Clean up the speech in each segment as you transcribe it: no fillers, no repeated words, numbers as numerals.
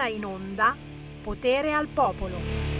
ora in onda Potere al Popolo.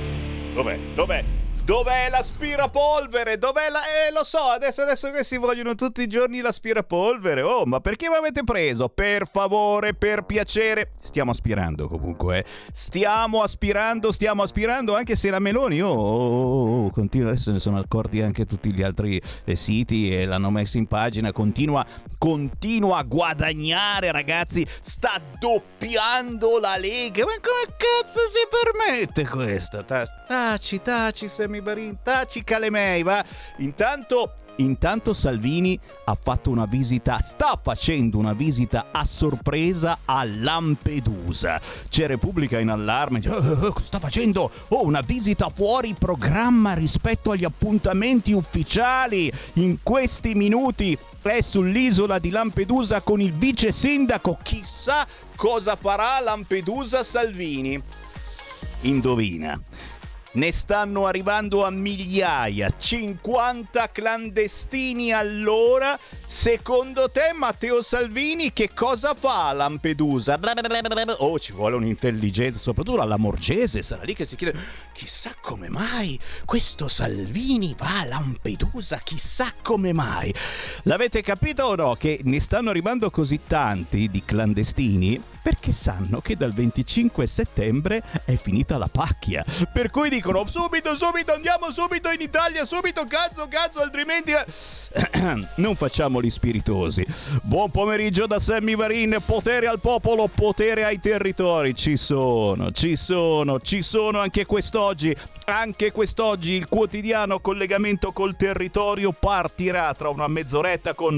Dov'è l'aspirapolvere? Dov'è la... lo so, adesso questi vogliono tutti i giorni l'aspirapolvere. Oh, ma perché mi avete preso? Per favore, per piacere. Stiamo aspirando comunque, Stiamo aspirando, anche se la Meloni, continua, adesso ne sono accorti anche tutti gli altri siti e l'hanno messo in pagina, continua a guadagnare, ragazzi, sta doppiando la Lega. Ma come cazzo si permette questo? Taci, Semivarin, taci Calemei, va. Intanto Salvini sta facendo una visita a sorpresa a Lampedusa. C'è Repubblica in allarme, sta facendo una visita fuori programma rispetto agli appuntamenti ufficiali. In questi minuti è sull'isola di Lampedusa con il vice sindaco. Chissà cosa farà Lampedusa Salvini. Indovina. Ne stanno arrivando a migliaia, 50 clandestini all'ora. Secondo te, Matteo Salvini, che cosa fa a Lampedusa? Oh, ci vuole un'intelligenza, soprattutto alla Morgese, sarà lì che si chiede: chissà come mai questo Salvini va a Lampedusa, chissà come mai. L'avete capito o no che ne stanno arrivando così tanti di clandestini? Perché sanno che dal 25 settembre è finita la pacchia. Per cui dicono subito, andiamo subito in Italia, subito, cazzo, altrimenti... Non facciamo gli spiritosi. Buon pomeriggio da Sammy Varin. Potere al popolo, potere ai territori. Ci sono anche quest'oggi il quotidiano collegamento col territorio partirà tra una mezz'oretta con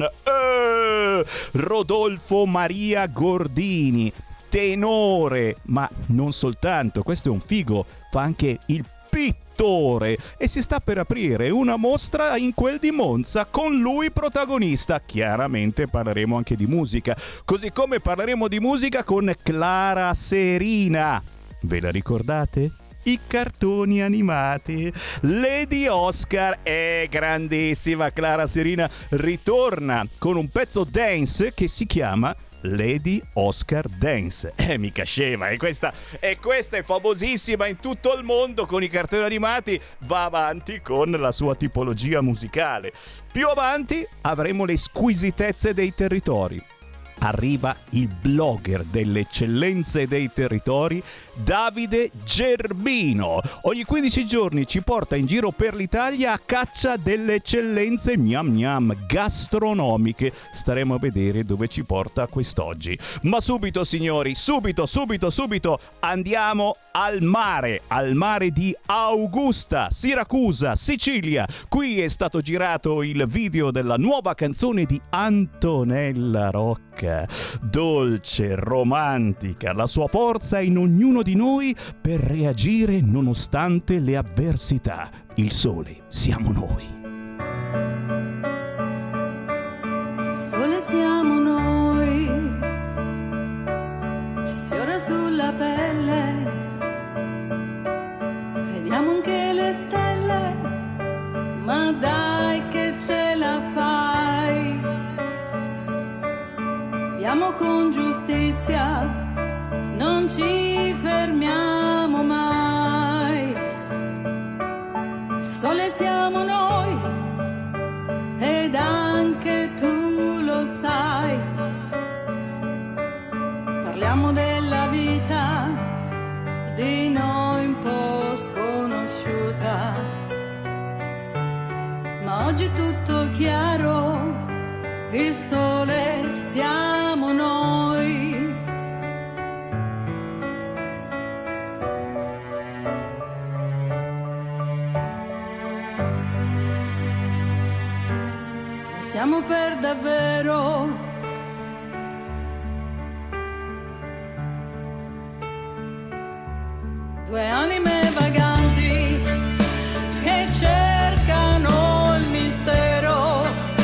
Rodolfo Maria Gordini, tenore, ma non soltanto, questo è un figo, fa anche il pittore e si sta per aprire una mostra in quel di Monza con lui protagonista. Chiaramente parleremo anche di musica, così come parleremo di musica con Clara Serina. Ve la ricordate? I cartoni animati. Lady Oscar è grandissima. Clara Serina ritorna con un pezzo dance che si chiama Lady Oscar Dance. Mica scema, e questa è famosissima in tutto il mondo con i cartoni animati. Va avanti con la sua tipologia musicale. Più avanti avremo le squisitezze dei territori. Arriva il blogger delle eccellenze dei territori, Davide Gerbino. Ogni 15 giorni ci porta in giro per l'Italia a caccia delle eccellenze gastronomiche. Staremo a vedere dove ci porta quest'oggi. Ma subito, signori, subito andiamo al mare di Augusta, Siracusa, Sicilia. Qui è stato girato il video della nuova canzone di Antonella Rocca. Dolce, romantica, la sua forza è in ognuno di noi per reagire nonostante le avversità. Il sole siamo noi. Il sole siamo noi, ci sfiora sulla pelle, vediamo anche le stelle, ma dai che ce la fai. Viviamo con giustizia, non ci fermiamo mai. Il sole siamo noi, ed anche tu lo sai. Parliamo della vita, di noi un po' sconosciuta, ma oggi è tutto chiaro. Il sole siamo noi. Lo siamo per davvero. Due anime vaganti che cercano il mistero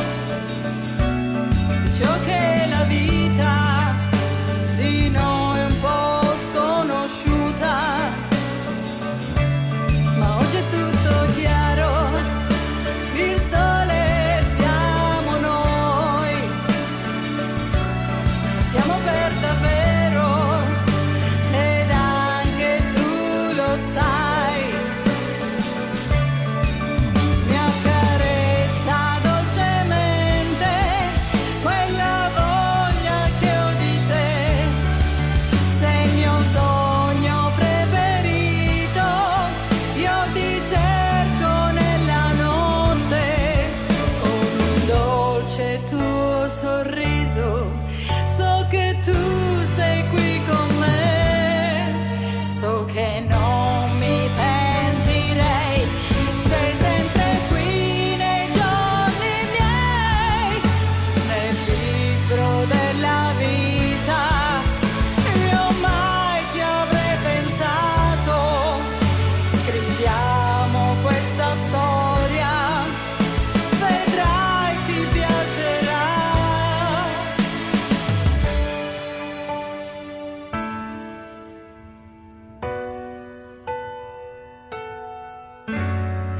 ciò che è la vita, di noi un po' sconosciuta, ma oggi è tutto chiaro, il sole siamo noi, siamo per davvero, ed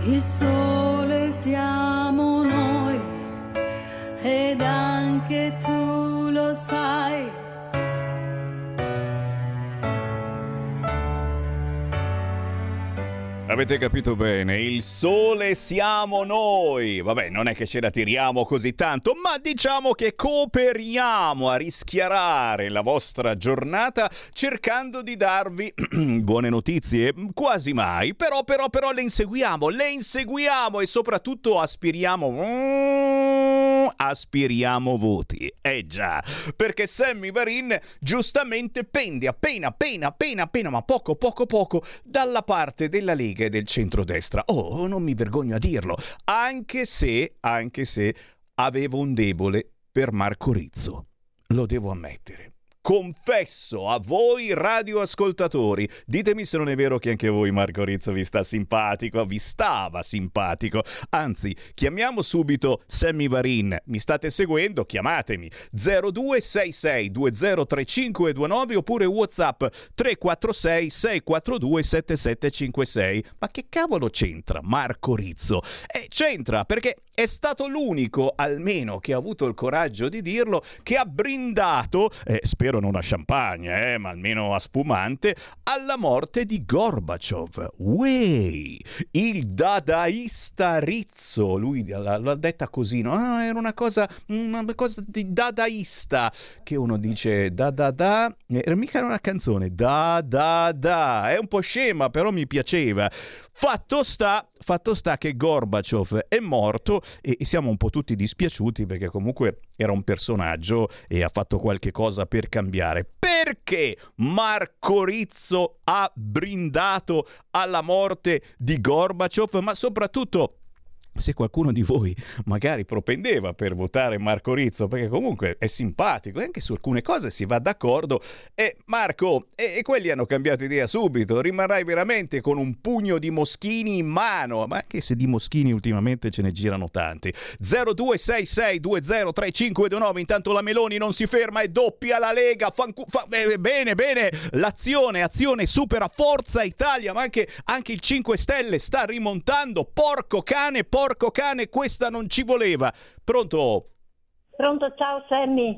il sole siamo noi ed anche tu lo sai. Avete capito bene, il sole siamo noi. Vabbè, non è che ce la tiriamo così tanto, ma diciamo che cooperiamo a rischiarare la vostra giornata cercando di darvi buone notizie. Quasi mai, però le inseguiamo e soprattutto aspiriamo voti. Già, perché Sammy Varin giustamente pende appena, ma poco dalla parte della Lega e del centrodestra. Oh, non mi vergogno a dirlo, anche se avevo un debole per Marco Rizzo. Lo devo ammettere. Confesso a voi radioascoltatori, ditemi se non è vero che anche a voi Marco Rizzo vi stava simpatico. Anzi, chiamiamo subito Sammy Varin. Mi state seguendo? Chiamatemi 0266203529 oppure WhatsApp 346 642 7756. Ma che cavolo c'entra Marco Rizzo? C'entra perché è stato l'unico, almeno, che ha avuto il coraggio di dirlo, che ha brindato, spero non a champagne, ma almeno a spumante, alla morte di Gorbaciov. Il dadaista Rizzo, lui l'ha detta così, no? Era una cosa di dadaista, che uno dice da, era mica una canzone, da, è un po' scema, però mi piaceva. Fatto sta che Gorbaciov è morto e siamo un po' tutti dispiaciuti perché comunque era un personaggio e ha fatto qualche cosa per cambiare. Perché Marco Rizzo ha brindato alla morte di Gorbaciov? Ma soprattutto, se qualcuno di voi magari propendeva per votare Marco Rizzo, perché comunque è simpatico e anche su alcune cose si va d'accordo, Marco, e quelli hanno cambiato idea subito, rimarrai veramente con un pugno di moschini in mano, ma anche se di moschini ultimamente ce ne girano tanti. 0266203529. Intanto la Meloni non si ferma e doppia la Lega. Bene, azione supera Forza Italia, ma anche il 5 Stelle sta rimontando. Porco cane, questa non ci voleva. Pronto, ciao Sammy.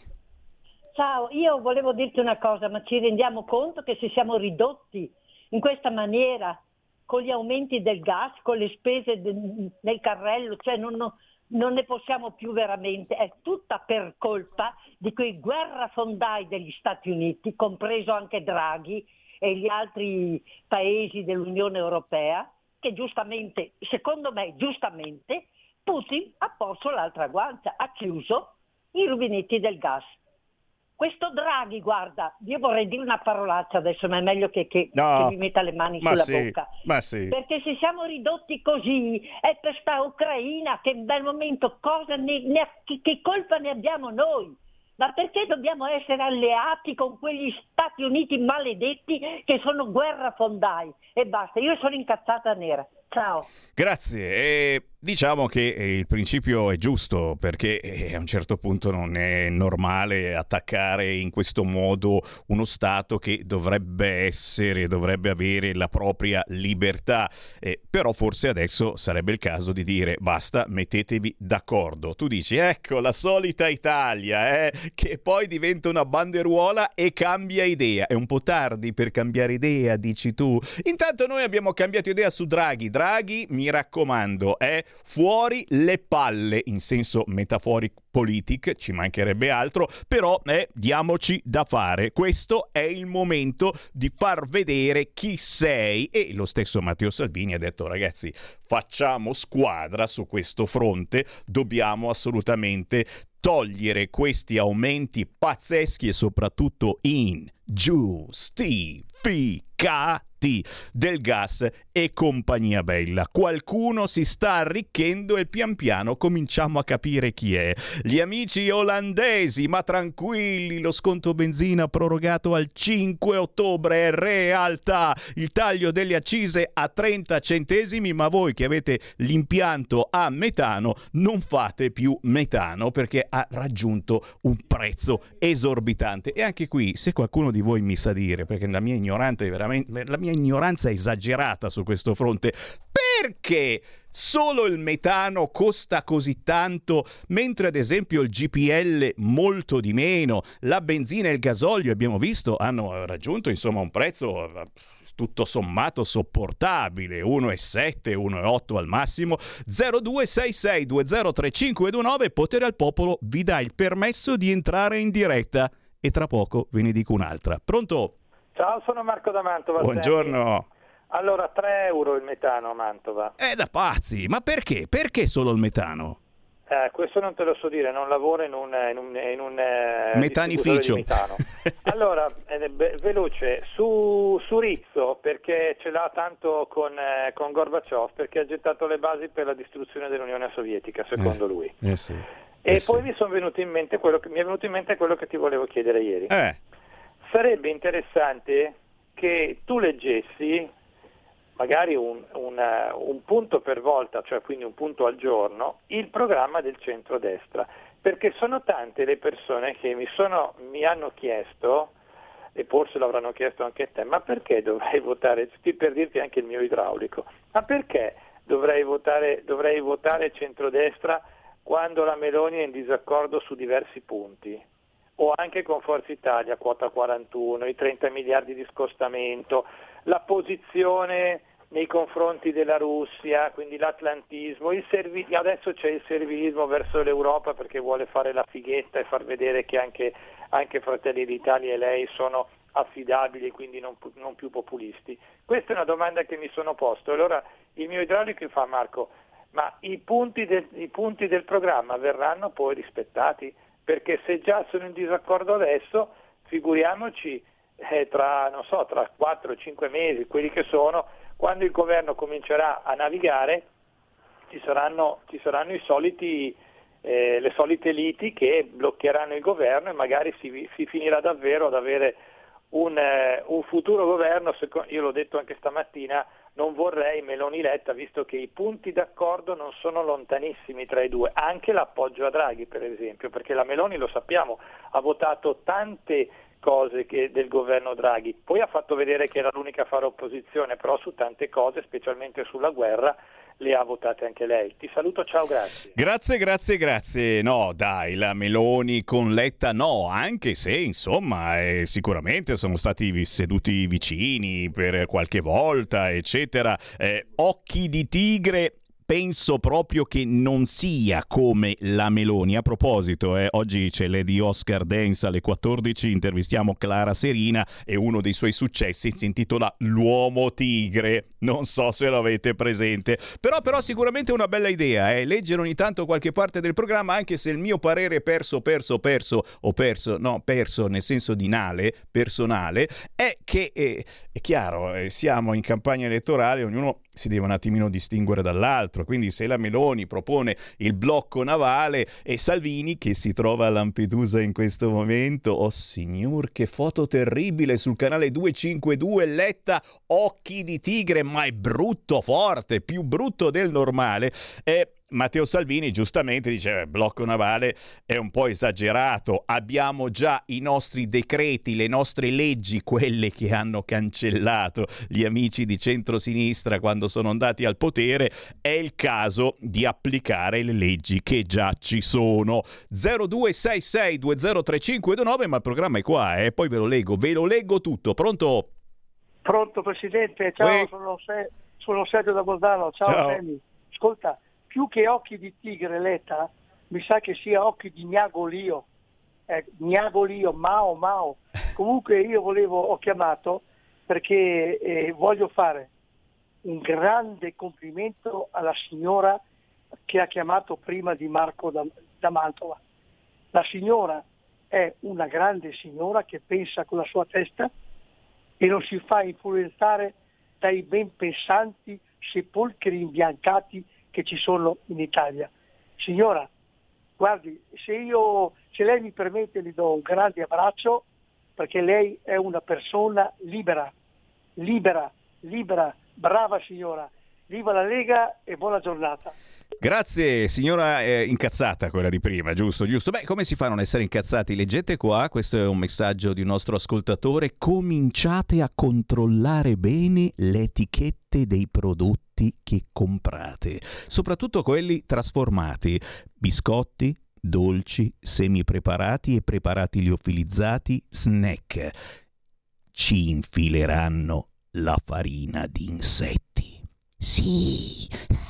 Ciao, io volevo dirti una cosa, ma ci rendiamo conto che se siamo ridotti in questa maniera, con gli aumenti del gas, con le spese nel carrello, cioè non ne possiamo più veramente, è tutta per colpa di quei guerrafondai degli Stati Uniti, compreso anche Draghi e gli altri paesi dell'Unione Europea, che giustamente, secondo me giustamente, Putin ha posto l'altra guancia, ha chiuso i rubinetti del gas. Questo Draghi, guarda, io vorrei dire una parolaccia adesso, ma è meglio che mi metta le mani sulla bocca. Ma sì. Perché se siamo ridotti così è per sta Ucraina che in bel momento che colpa ne abbiamo noi? Ma perché dobbiamo essere alleati con quegli Stati Uniti maledetti che sono guerrafondai? E basta, io sono incazzata nera. Ciao. Grazie. Diciamo che il principio è giusto, perché a un certo punto non è normale attaccare in questo modo uno Stato che dovrebbe avere la propria libertà. Però forse adesso sarebbe il caso di dire basta, mettetevi d'accordo. Tu dici, ecco la solita Italia, che poi diventa una banderuola e cambia idea. È un po' tardi per cambiare idea, dici tu. Intanto noi abbiamo cambiato idea su Draghi. Draghi, mi raccomando, fuori le palle, in senso metaforico politic, ci mancherebbe altro, però diamoci da fare. Questo è il momento di far vedere chi sei, e lo stesso Matteo Salvini ha detto: ragazzi, facciamo squadra su questo fronte, dobbiamo assolutamente togliere questi aumenti pazzeschi e soprattutto ingiustificati del gas e compagnia bella. Qualcuno si sta arricchendo e pian piano cominciamo a capire chi è. Gli amici olandesi, ma tranquilli, lo sconto benzina prorogato al 5 ottobre è realtà. Il taglio delle accise a 30 centesimi, ma voi che avete l'impianto a metano non fate più metano perché ha raggiunto un prezzo esorbitante. E anche qui, se qualcuno di voi mi sa dire, perché la mia ignoranza è esagerata su questo fronte, perché solo il metano costa così tanto, mentre ad esempio il GPL molto di meno, la benzina e il gasolio, abbiamo visto, hanno raggiunto insomma un prezzo tutto sommato sopportabile, 1,7, 1,8 al massimo. 0266203529, Potere al Popolo vi dà il permesso di entrare in diretta e tra poco ve ne dico un'altra. Pronto? Ciao, sono Marco da Mantova. Buongiorno. Allora, 3 euro il metano a Mantova. È da pazzi, ma perché? Perché solo il metano? Questo non te lo so dire, non lavoro in un metanificio. Di metano. Allora, veloce, su Rizzo, perché ce l'ha tanto con Gorbaciov, perché ha gettato le basi per la distruzione dell'Unione Sovietica, secondo lui. Sì. E poi mi è venuto in mente quello che ti volevo chiedere ieri. Sarebbe interessante che tu leggessi magari un punto per volta, cioè quindi un punto al giorno, il programma del centrodestra, perché sono tante le persone che mi hanno chiesto, e forse l'avranno chiesto anche a te, ma perché dovrei votare, per dirti anche il mio idraulico, ma perché dovrei votare centrodestra quando la Meloni è in disaccordo su diversi punti? O anche con Forza Italia, quota 41, i 30 miliardi di scostamento, la posizione nei confronti della Russia, quindi l'atlantismo, adesso c'è il servilismo verso l'Europa perché vuole fare la fighetta e far vedere che anche Fratelli d'Italia e lei sono affidabili e quindi non più populisti. Questa è una domanda che mi sono posto. Allora il mio idraulico fa: Marco, ma i punti del programma verranno poi rispettati? Perché se già sono in disaccordo adesso, figuriamoci tra 4-5 mesi, quelli che sono, quando il governo comincerà a navigare, ci saranno le solite liti che bloccheranno il governo e magari si finirà davvero ad avere un futuro governo. Io l'ho detto anche stamattina, non vorrei Meloni-Letta, visto che i punti d'accordo non sono lontanissimi tra i due, anche l'appoggio a Draghi per esempio, perché la Meloni, lo sappiamo, ha votato tante cose del governo Draghi, poi ha fatto vedere che era l'unica a fare opposizione, però su tante cose, specialmente sulla guerra, le ha votate anche lei. Ti saluto, ciao, grazie. Grazie. No, dai, la Meloni con Letta no, anche se insomma sicuramente sono stati seduti vicini per qualche volta, eccetera. Occhi di tigre. Penso proprio che non sia come la Meloni. A proposito, oggi c'è Lady Oscar Dance alle 14, intervistiamo Clara Serina e uno dei suoi successi si intitola L'uomo tigre. Non so se lo avete presente, però sicuramente è una bella idea, leggere ogni tanto qualche parte del programma, anche se il mio parere perso nel senso di personale, è che è chiaro, siamo in campagna elettorale, ognuno si deve un attimino distinguere dall'altro, quindi se la Meloni propone il blocco navale e Salvini, che si trova a Lampedusa in questo momento, oh signor, che foto terribile sul canale 252, Letta occhi di tigre, ma è brutto forte, più brutto del normale. Matteo Salvini giustamente dice blocco navale è un po' esagerato, abbiamo già i nostri decreti, le nostre leggi, quelle che hanno cancellato gli amici di centrosinistra quando sono andati al potere, è il caso di applicare le leggi che già ci sono. 0266203529, ma il programma è qua, poi ve lo leggo tutto. Pronto Presidente, ciao, sono Sergio da Bolzano, ciao. Temi. Ascolta, più che occhi di tigre Letta, mi sa che sia occhi di Gnagolio, Mao. Comunque io ho chiamato perché voglio fare un grande complimento alla signora che ha chiamato prima di Marco da Mantova. La signora è una grande signora che pensa con la sua testa e non si fa influenzare dai ben pensanti sepolcri imbiancati che ci sono in Italia. Signora, guardi, se lei mi permette le do un grande abbraccio, perché lei è una persona libera, brava signora. Viva la Lega e buona giornata. Grazie, signora incazzata quella di prima, giusto? Beh, come si fa a non essere incazzati? Leggete qua, questo è un messaggio di un nostro ascoltatore: cominciate a controllare bene le etichette dei prodotti alimenti che comprate, soprattutto quelli trasformati, biscotti, dolci, semi-preparati e preparati liofilizzati, snack. Ci infileranno la farina di insetti. Sì.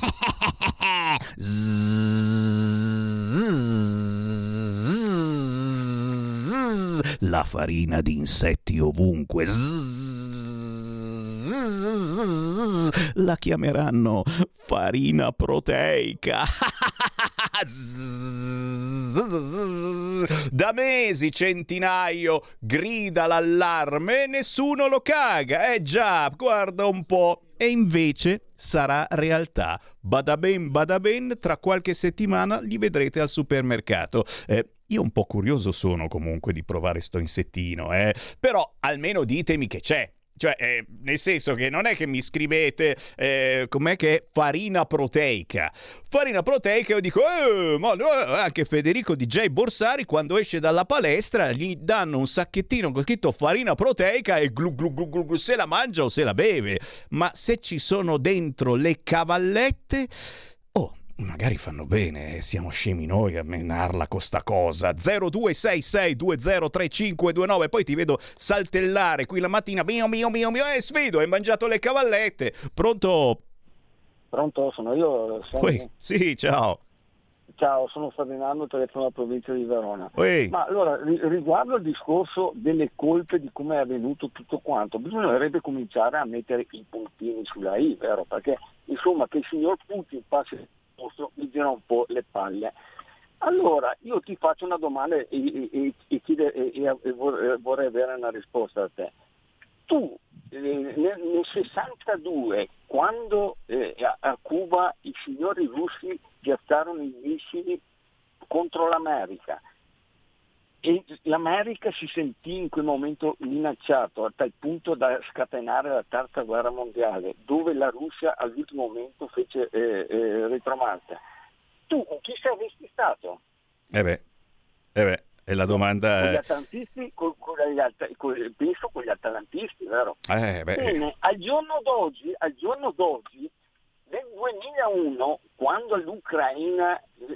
La farina di insetti ovunque. La chiameranno farina proteica. Da mesi Centinaio grida l'allarme e nessuno lo caga. Già, guarda un po'. E invece sarà realtà. Bada ben, tra qualche settimana li vedrete al supermercato. Io un po' curioso sono comunque di provare sto insettino, però almeno ditemi che c'è. Cioè, nel senso che non è che mi scrivete com'è che è farina proteica. Farina proteica, io dico, ma anche Federico DJ Borsari quando esce dalla palestra gli danno un sacchettino con scritto farina proteica e glu glu glu glu, se la mangia o se la beve. Ma se ci sono dentro le cavallette, magari fanno bene, siamo scemi noi a menarla con sta cosa. 0266203529, poi ti vedo saltellare qui la mattina, mio, sfido, hai mangiato le cavallette. Pronto? Pronto, sono io. Sì, ciao. Ciao, sono Ferdinando, telefono dalla provincia di Verona. Oi. Ma allora, riguardo al discorso delle colpe di come è avvenuto tutto quanto, bisognerebbe cominciare a mettere i puntini sulla I, vero? Perché insomma che il signor Putin passi mi gira un po' le palle. Allora io ti faccio una domanda e vorrei avere una risposta da te. Tu nel 62, quando a Cuba i signori russi piazzarono i missili contro l'America e l'America si sentì in quel momento minacciato a tal punto da scatenare la terza guerra mondiale, dove la Russia all'ultimo momento fece retromarcia. Tu con chi saresti stato? E la domanda con gli atlantisti, penso con gli atlantisti, vero? Bene, al giorno d'oggi nel 2001, quando l'Ucraina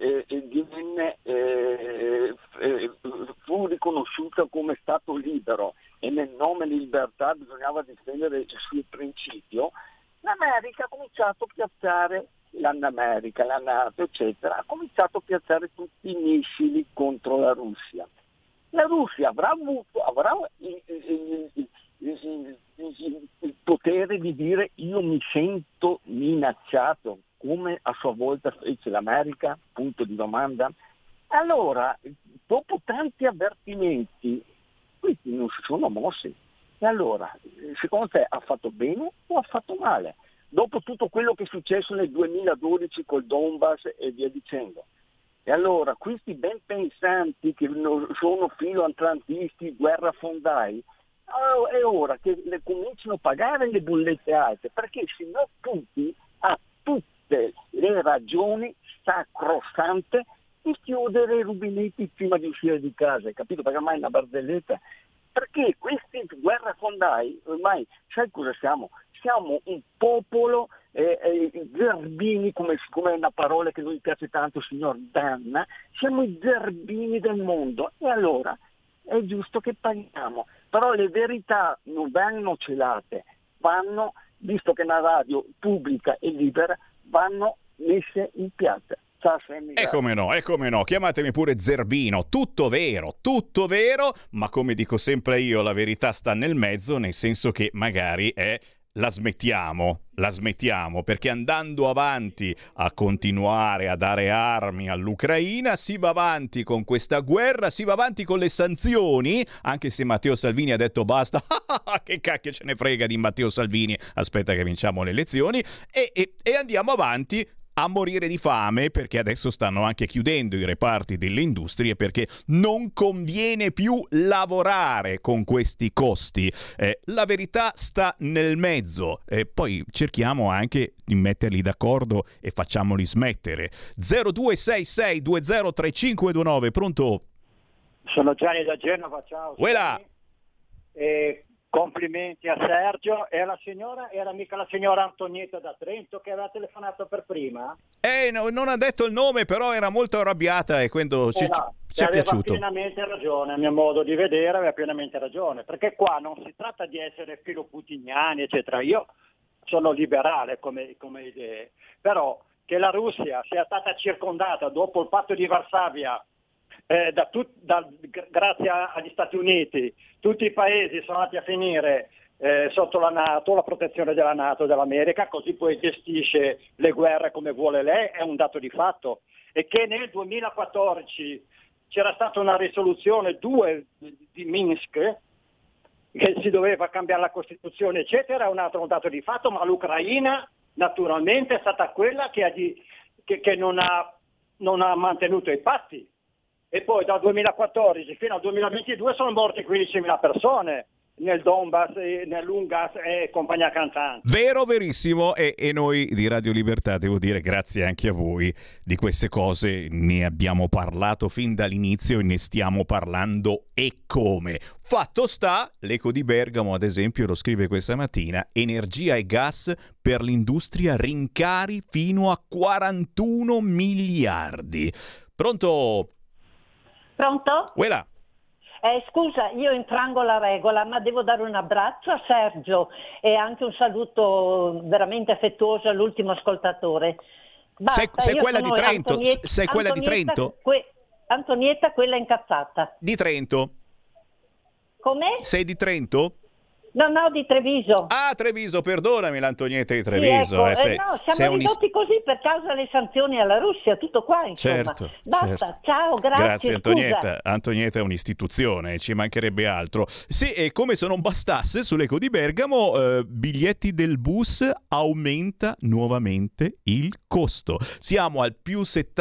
fu riconosciuta come Stato libero e nel nome di libertà bisognava difendere il suo principio, l'America ha cominciato a piazzare, la NATO, eccetera, ha cominciato a piazzare tutti i missili contro la Russia. La Russia avrà il potere di dire io mi sento minacciato, come a sua volta fece l'America? Punto di domanda. Allora, dopo tanti avvertimenti, questi non si sono mossi. E allora, secondo te ha fatto bene o ha fatto male? Dopo tutto quello che è successo nel 2012 col Donbass e via dicendo. E allora, questi ben pensanti che sono filoatlantisti, guerrafondai, è ora che le cominciano a pagare le bollette alte, perché il signor Putin ha tutte le ragioni sacrosante di chiudere i rubinetti prima di uscire di casa, capito? Perché ormai è una barzelletta. Perché questi guerrafondai, ormai, sai cosa siamo? Siamo un popolo zerbini, come è una parola che non piace tanto, signor Danna, siamo i zerbini del mondo. E allora è giusto che paghiamo. Però le verità non vengono celate, vanno, visto che è una radio pubblica e libera, vanno messe in piazza. E come no, chiamatemi pure Zerbino, tutto vero, ma come dico sempre io, la verità sta nel mezzo, nel senso che magari la smettiamo, perché andando avanti a continuare a dare armi all'Ucraina, si va avanti con questa guerra, si va avanti con le sanzioni, anche se Matteo Salvini ha detto basta, che cacchio ce ne frega di Matteo Salvini, aspetta che vinciamo le elezioni, e andiamo avanti a morire di fame, perché adesso stanno anche chiudendo i reparti delle industrie, perché non conviene più lavorare con questi costi. La verità sta nel mezzo, poi cerchiamo anche di metterli d'accordo e facciamoli smettere. 0266203529, pronto? Sono Gianni da Genova, ciao. Uela. Complimenti a Sergio. E la signora, era mica la signora Antonietta da Trento che aveva telefonato per prima? No, non ha detto il nome, però era molto arrabbiata e quando ci è piaciuto. Aveva pienamente ragione, a mio modo di vedere, aveva pienamente ragione, perché qua non si tratta di essere filoputiniani, eccetera. Io sono liberale come idee, però che la Russia sia stata circondata dopo il patto di Varsavia grazie agli Stati Uniti, tutti i paesi sono andati a finire sotto la NATO, la protezione della NATO, dell'America, così poi gestisce le guerre come vuole lei, è un dato di fatto. E che nel 2014 c'era stata una risoluzione 2 di Minsk che si doveva cambiare la Costituzione, eccetera, è un altro dato di fatto, ma l'Ucraina naturalmente è stata quella che non ha mantenuto i patti. E poi dal 2014 fino al 2022 sono morte 15.000 persone nel Donbass, nell'Ungas e compagnia cantante. Vero, verissimo, e noi di Radio Libertà, devo dire, grazie anche a voi, di queste cose ne abbiamo parlato fin dall'inizio e ne stiamo parlando e come. Fatto sta, l'Eco di Bergamo ad esempio lo scrive questa mattina: energia e gas per l'industria, rincari fino a 41 miliardi. Pronto? Pronto? Uela. Scusa, io infrango la regola, ma devo dare un abbraccio a Sergio e anche un saluto veramente affettuoso all'ultimo ascoltatore. Sei quella di Trento? Sei quella di Trento? Antonietta, quella incazzata. Di Trento. Come? Sei di Trento? No, di Treviso. Ah, Treviso, perdonami l'Antonietta di Treviso. Sì, ecco. Siamo ridotti così per causa delle sanzioni alla Russia, tutto qua, insomma. Certo, basta, certo. Ciao, grazie. Grazie Antonietta. Antonietta è un'istituzione, ci mancherebbe altro. Sì, e come se non bastasse, sull'Eco di Bergamo, biglietti del bus, aumenta nuovamente il costo. Siamo al più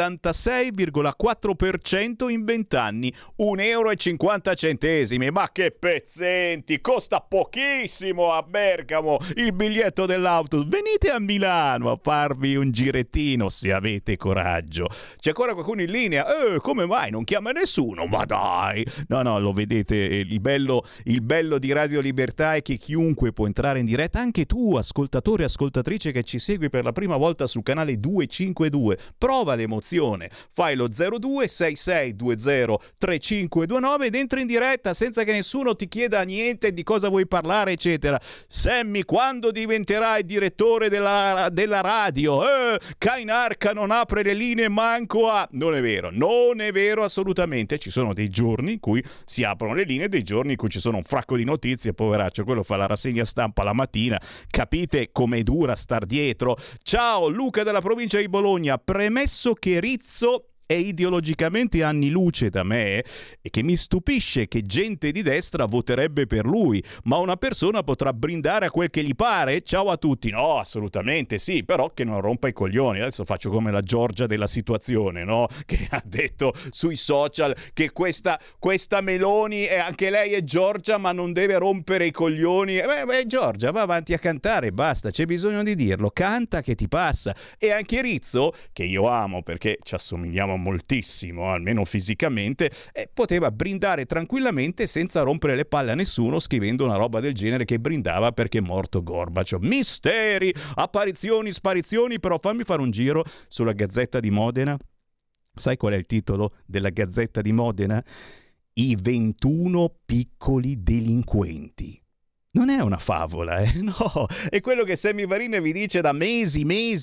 76,4% in 20 anni, €1,50. Ma che pezzenti, costa pochissimo a Bergamo il biglietto dell'autobus. Venite a Milano a farvi un girettino se avete coraggio. C'è ancora qualcuno in linea? Come mai? Non chiama nessuno? Ma dai! No, lo vedete, il bello di Radio Libertà è che chiunque può entrare in diretta, anche tu, ascoltatore e ascoltatrice che ci segui per la prima volta sul canale 252. Prova l'emozione. Fai lo 02 6620 3529 ed entri in diretta senza che nessuno ti chieda niente di cosa vuoi parlare, eccetera. Sammy, quando diventerai direttore della radio? Kainarca non apre le linee manco a... Non è vero assolutamente. Ci sono dei giorni in cui si aprono le linee, dei giorni in cui ci sono un fracco di notizie, poveraccio, quello fa la rassegna stampa la mattina. Capite com'è dura star dietro? Ciao, Luca della provincia di Bologna. Premesso che Rizzo è ideologicamente anni luce da me e che mi stupisce che gente di destra voterebbe per lui, ma una persona potrà brindare a quel che gli pare? Ciao a tutti. No, assolutamente sì, però che non rompa i coglioni. Adesso faccio come la Giorgia della situazione, no? Che ha detto sui social che questa Meloni, anche lei è Giorgia, ma non deve rompere i coglioni. Giorgia, va avanti a cantare, basta, c'è bisogno di dirlo, canta che ti passa. E anche Rizzo, che io amo perché ci assomigliamo moltissimo, almeno fisicamente, poteva brindare tranquillamente senza rompere le palle a nessuno, scrivendo una roba del genere che brindava perché è morto Gorbaciov. Misteri, apparizioni, sparizioni. Però fammi fare un giro sulla Gazzetta di Modena. Sai qual è il titolo della Gazzetta di Modena? I 21 piccoli delinquenti. Non è una favola, no, è quello che Sammy Varin vi dice da mesi,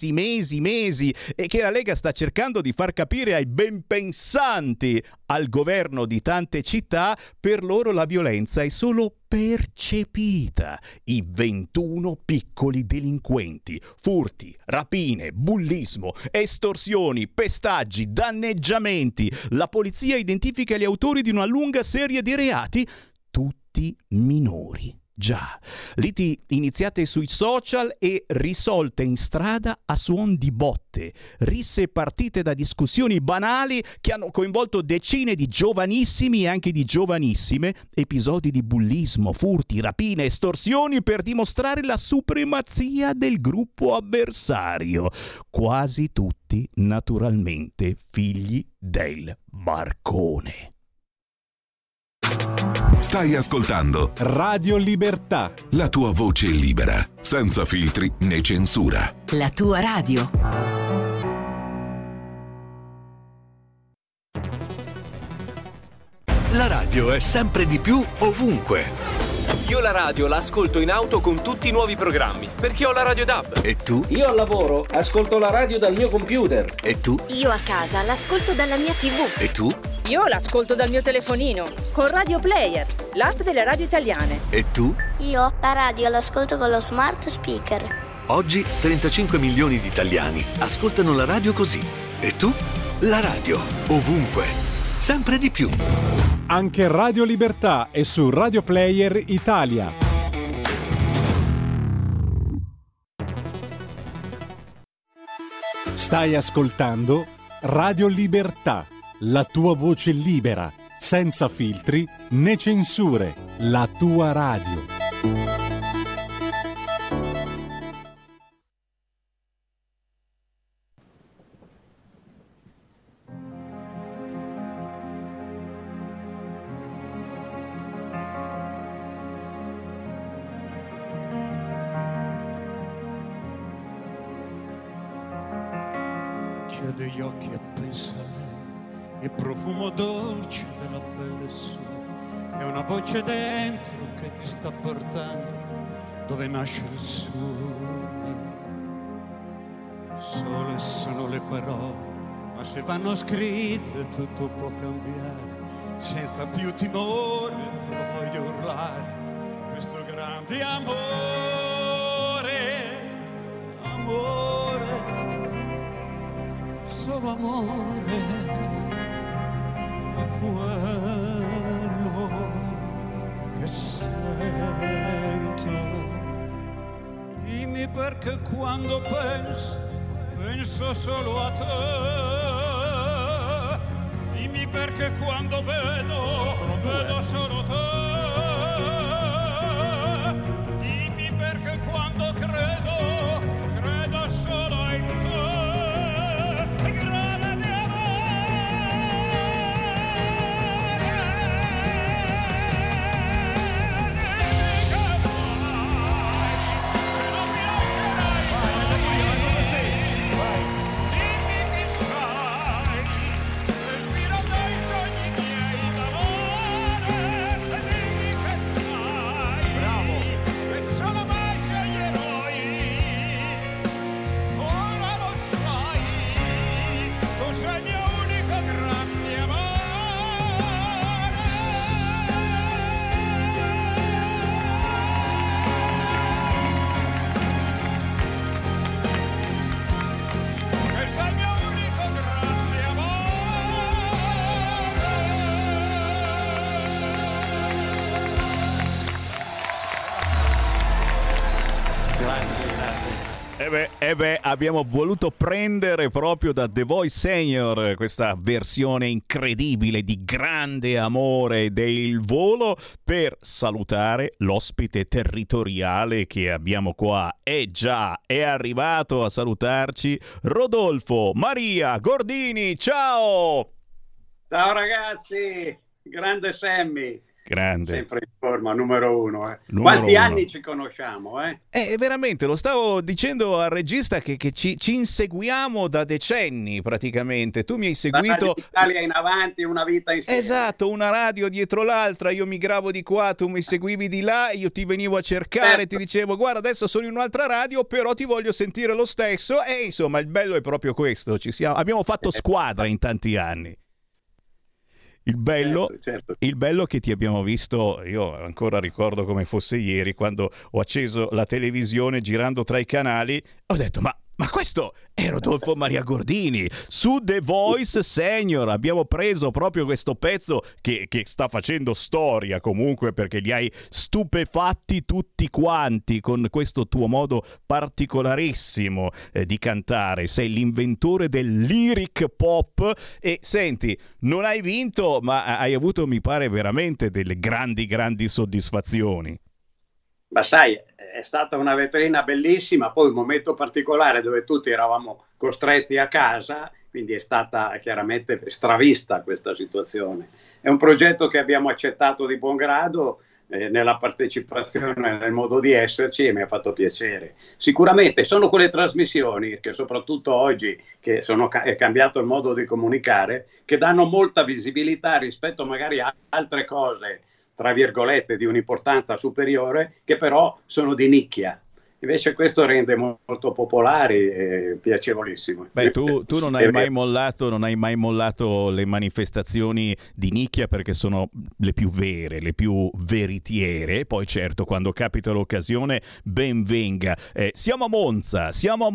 e che la Lega sta cercando di far capire ai benpensanti al governo di tante città. Per loro la violenza è solo percepita. I 21 piccoli delinquenti: furti, rapine, bullismo, estorsioni, pestaggi, danneggiamenti. La polizia identifica gli autori di una lunga serie di reati, tutti minori. Già, liti iniziate sui social e risolte in strada a suon di botte, risse partite da discussioni banali che hanno coinvolto decine di giovanissimi e anche di giovanissime, episodi di bullismo, furti, rapine, estorsioni per dimostrare la supremazia del gruppo avversario, quasi tutti naturalmente figli del barcone. Stai ascoltando Radio Libertà. La tua voce libera, senza filtri né censura. La tua radio. La radio è sempre di più ovunque. Io la radio la ascolto in auto con tutti i nuovi programmi, perché ho la Radio DAB. E tu? Io al lavoro ascolto la radio dal mio computer. E tu? Io a casa l'ascolto dalla mia TV. E tu? Io l'ascolto dal mio telefonino, con Radio Player, l'app delle radio italiane. E tu? Io la radio l'ascolto con lo smart speaker. Oggi 35 milioni di italiani ascoltano la radio così. E tu? La radio, ovunque, sempre di più. Anche Radio Libertà è su Radio Player Italia. Stai ascoltando Radio Libertà, la tua voce libera, senza filtri né censure, la tua radio. Chiude gli occhi e pensa a lei, il profumo dolce della pelle sua, è una voce dentro che ti sta portando dove nasce il sole. Sole sono le parole, ma se vanno scritte tutto può cambiare, senza più timore te lo voglio urlare, questo grande amore, amore, solo amore a quello che sento. Dimmi perché quando penso solo a te. Dimmi perché quando vedo solo te. Dimmi perché quando credo solo in te. Abbiamo voluto prendere proprio da The Voice Senior questa versione incredibile di Grande Amore del Volo per salutare l'ospite territoriale che abbiamo qua. E già, è arrivato a salutarci Rodolfo Maria Gordini. Ciao! Ciao ragazzi, grande Sammy. Grande. Sempre in forma, numero uno. Quanti anni ci conosciamo? Veramente, lo stavo dicendo al regista che ci inseguiamo da decenni praticamente. Tu mi hai seguito... Italia in avanti, una vita insieme. Esatto, una radio dietro l'altra, io migravo di qua, tu mi seguivi di là, io ti venivo a cercare, certo. Ti dicevo guarda adesso sono in un'altra radio, però ti voglio sentire lo stesso. E insomma il bello è proprio questo, abbiamo fatto squadra in tanti anni. Il bello che ti abbiamo visto, io ancora ricordo come fosse ieri, quando ho acceso la televisione girando tra i canali, ho detto ma questo è Rodolfo Maria Gordini su The Voice Senior. Abbiamo preso proprio questo pezzo che sta facendo storia comunque, perché li hai stupefatti tutti quanti con questo tuo modo particolarissimo di cantare. Sei l'inventore del lyric pop e senti, non hai vinto ma hai avuto, mi pare, veramente delle grandi soddisfazioni. Ma sai, è stata una vetrina bellissima, poi un momento particolare dove tutti eravamo costretti a casa quindi è stata chiaramente stravista questa situazione. È un progetto che abbiamo accettato di buon grado, nella partecipazione, nel modo di esserci, e mi ha fatto piacere. Sicuramente sono quelle trasmissioni che soprattutto oggi che è cambiato il modo di comunicare, che danno molta visibilità rispetto magari a altre cose, tra virgolette, di un'importanza superiore, che però sono di nicchia. Invece questo rende molto popolari e piacevolissimo. Beh, tu non hai mai mollato le manifestazioni di nicchia, perché sono le più vere, le più veritiere. Poi certo, quando capita l'occasione, ben venga. Siamo a Monza,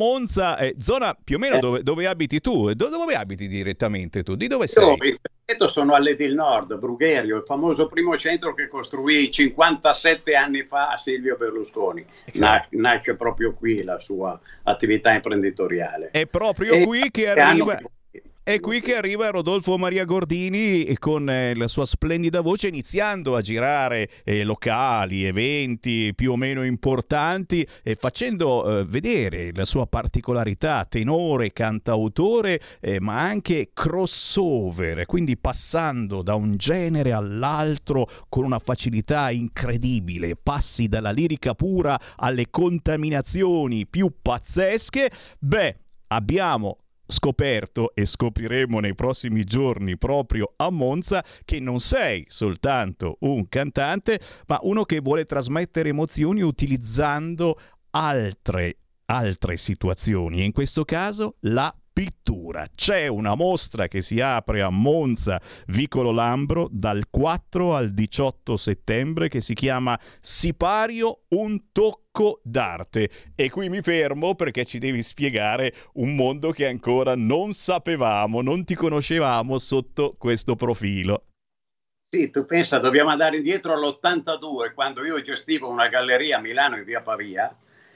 zona più o meno dove abiti tu. Dove abiti direttamente tu? Di dove sei? Sono all'Edil Nord, Brugherio, il famoso primo centro che costruì 57 anni fa Silvio Berlusconi. Nasce proprio qui la sua attività imprenditoriale. È proprio qui che arriva... È qui che arriva Rodolfo Maria Gordini con la sua splendida voce, iniziando a girare locali, eventi più o meno importanti, e facendo vedere la sua particolarità, tenore, cantautore, ma anche crossover, quindi passando da un genere all'altro con una facilità incredibile, passi dalla lirica pura alle contaminazioni più pazzesche. Beh, abbiamo scoperto e scopriremo nei prossimi giorni proprio a Monza che non sei soltanto un cantante, ma uno che vuole trasmettere emozioni utilizzando altre situazioni, e in questo caso la pittura. C'è una mostra che si apre a Monza, Vicolo Lambro, dal 4 al 18 settembre, che si chiama Sipario, un tocco d'arte. E qui mi fermo, perché ci devi spiegare un mondo che ancora non sapevamo, non ti conoscevamo sotto questo profilo. Sì, tu pensa, dobbiamo andare indietro all'82, quando io gestivo una galleria a Milano in via Pavia.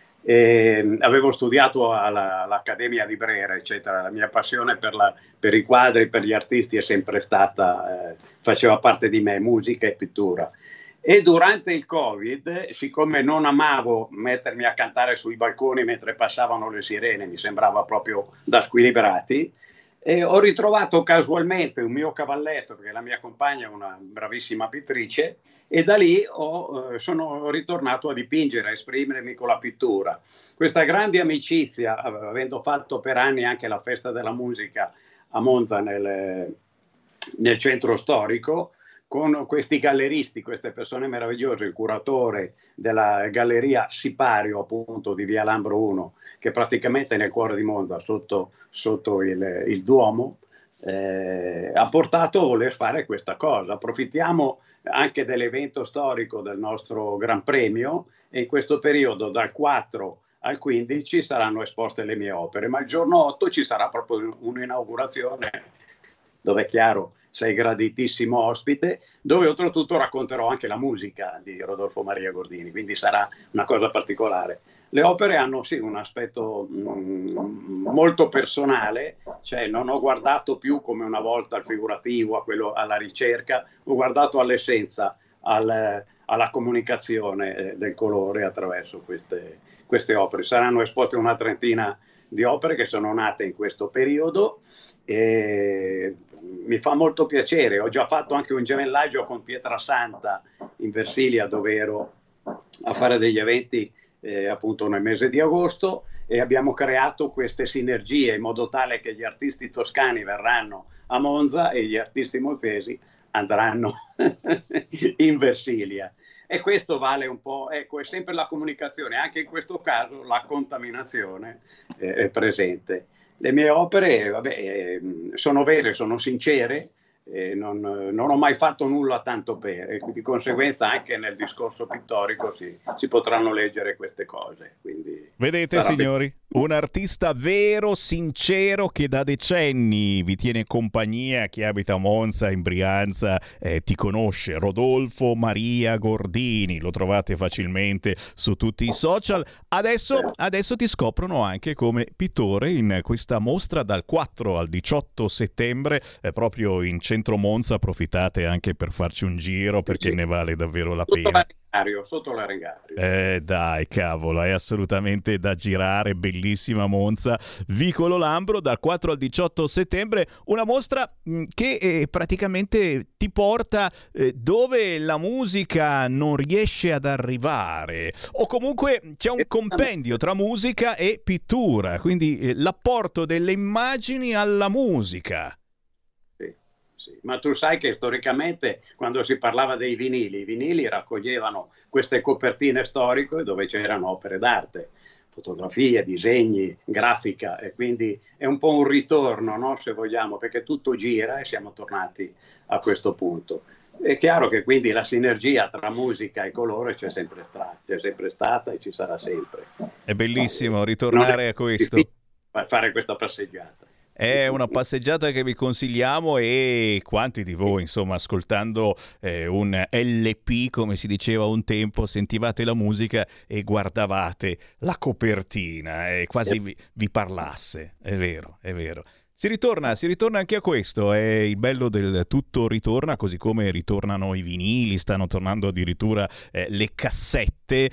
Avevo studiato all'Accademia di Brera, eccetera. La mia passione per i quadri, per gli artisti è sempre stata, faceva parte di me, musica e pittura. E durante il Covid, siccome non amavo mettermi a cantare sui balconi mentre passavano le sirene, mi sembrava proprio da squilibrati, ho ritrovato casualmente un mio cavalletto, perché la mia compagna è una bravissima pittrice, e da lì sono ritornato a dipingere, a esprimermi con la pittura. Questa grande amicizia, avendo fatto per anni anche la festa della musica a Monza nel centro storico, con questi galleristi, queste persone meravigliose, il curatore della galleria Sipario, appunto, di via Lambro 1, che praticamente è nel cuore di Monza, sotto il Duomo, ha portato a voler fare questa cosa. Approfittiamo anche dell'evento storico del nostro Gran Premio, e in questo periodo dal 4 al 15 saranno esposte le mie opere, ma il giorno 8 ci sarà proprio un'inaugurazione dove, è chiaro, sei graditissimo ospite, dove oltretutto racconterò anche la musica di Rodolfo Maria Gordini, quindi sarà una cosa particolare. Le opere hanno sì un aspetto molto personale, cioè non ho guardato più come una volta al figurativo, alla ricerca, ho guardato all'essenza, alla comunicazione del colore attraverso queste opere. Saranno esposte una trentina di opere che sono nate in questo periodo, e mi fa molto piacere. Ho già fatto anche un gemellaggio con Pietrasanta in Versilia, dove ero a fare degli eventi appunto nel mese di agosto, e abbiamo creato queste sinergie in modo tale che gli artisti toscani verranno a Monza e gli artisti monzesi andranno in Versilia. E questo vale un po', ecco, è sempre la comunicazione, anche in questo caso la contaminazione è presente. Le mie opere, sono vere, sono sincere, non ho mai fatto nulla tanto per, e di conseguenza anche nel discorso pittorico si potranno leggere queste cose. Quindi vedete, signori, un artista vero, sincero, che da decenni vi tiene compagnia. Chi abita a Monza, in Brianza, ti conosce. Rodolfo Maria Gordini, lo trovate facilmente su tutti i social. Adesso ti scoprono anche come pittore in questa mostra dal 4 al 18 settembre, proprio in centro Monza. Approfittate anche per farci un giro, perché ne vale davvero la pena. Sotto l'Arengario. Dai, cavolo, è assolutamente da girare, bellissima Monza, Vicolo Lambro, dal 4 al 18 settembre, una mostra che praticamente ti porta dove la musica non riesce ad arrivare, o comunque c'è un compendio tra musica e pittura, quindi l'apporto delle immagini alla musica. Sì, ma tu sai che storicamente quando si parlava dei vinili, i vinili raccoglievano queste copertine storiche dove c'erano opere d'arte, fotografie, disegni, grafica, e quindi è un po' un ritorno, no? Se vogliamo, perché tutto gira e siamo tornati a questo punto. È chiaro che quindi la sinergia tra musica e colore c'è sempre stata e ci sarà sempre. È bellissimo ritornare a questo. Fare questa passeggiata. È una passeggiata che vi consigliamo, e quanti di voi, insomma, ascoltando un LP, come si diceva un tempo, sentivate la musica e guardavate la copertina e quasi vi parlasse. È vero, è vero. Si ritorna anche a questo, è il bello del tutto ritorna, così come ritornano i vinili, stanno tornando addirittura le cassette,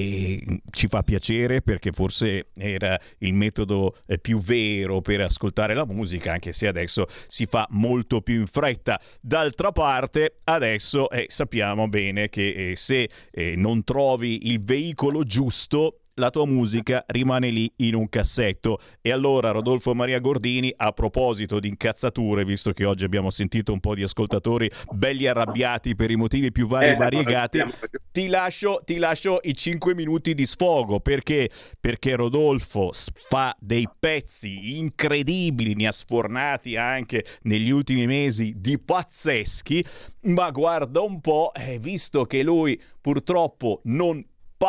e ci fa piacere perché forse era il metodo più vero per ascoltare la musica, anche se adesso si fa molto più in fretta. D'altra parte adesso sappiamo bene che se non trovi il veicolo giusto, la tua musica rimane lì in un cassetto. E allora, Rodolfo Maria Gordini, a proposito di incazzature, visto che oggi abbiamo sentito un po' di ascoltatori belli arrabbiati per i motivi più variegati, ti lascio i 5 minuti di sfogo, perché Rodolfo fa dei pezzi incredibili, ne ha sfornati anche negli ultimi mesi di pazzeschi, ma guarda un po', visto che lui purtroppo non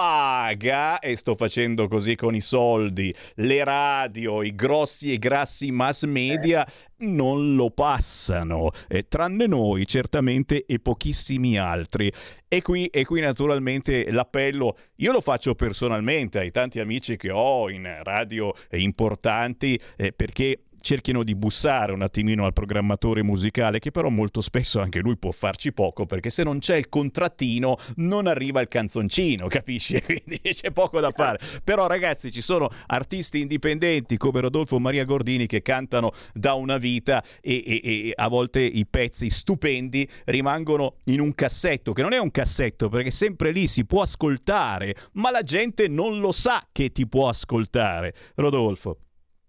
paga, e sto facendo così con i soldi, le radio, i grossi e grassi mass media non lo passano, tranne noi certamente e pochissimi altri. E qui naturalmente l'appello io lo faccio personalmente ai tanti amici che ho in radio importanti, perché cerchino di bussare un attimino al programmatore musicale, che però molto spesso anche lui può farci poco, perché se non c'è il contrattino non arriva il canzoncino, capisci? Quindi c'è poco da fare. Però ragazzi, ci sono artisti indipendenti come Rodolfo Maria Gordini che cantano da una vita, e a volte i pezzi stupendi rimangono in un cassetto, che non è un cassetto perché sempre lì si può ascoltare, ma la gente non lo sa che ti può ascoltare. Rodolfo.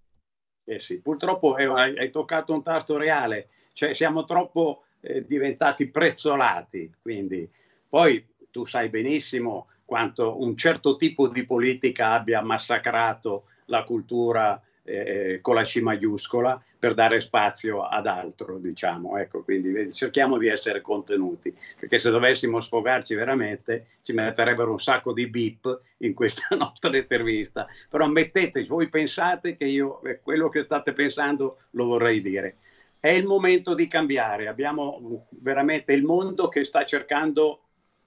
Sì, purtroppo hai toccato un tasto reale, cioè siamo troppo diventati prezzolati, quindi poi tu sai benissimo quanto un certo tipo di politica abbia massacrato la cultura con la C maiuscola per dare spazio ad altro, diciamo. Ecco, quindi cerchiamo di essere contenuti, perché se dovessimo sfogarci veramente ci metterebbero un sacco di beep in questa nostra intervista. Però ammettete, voi pensate che io quello che state pensando lo vorrei dire. È il momento di cambiare, abbiamo veramente il mondo che sta cercando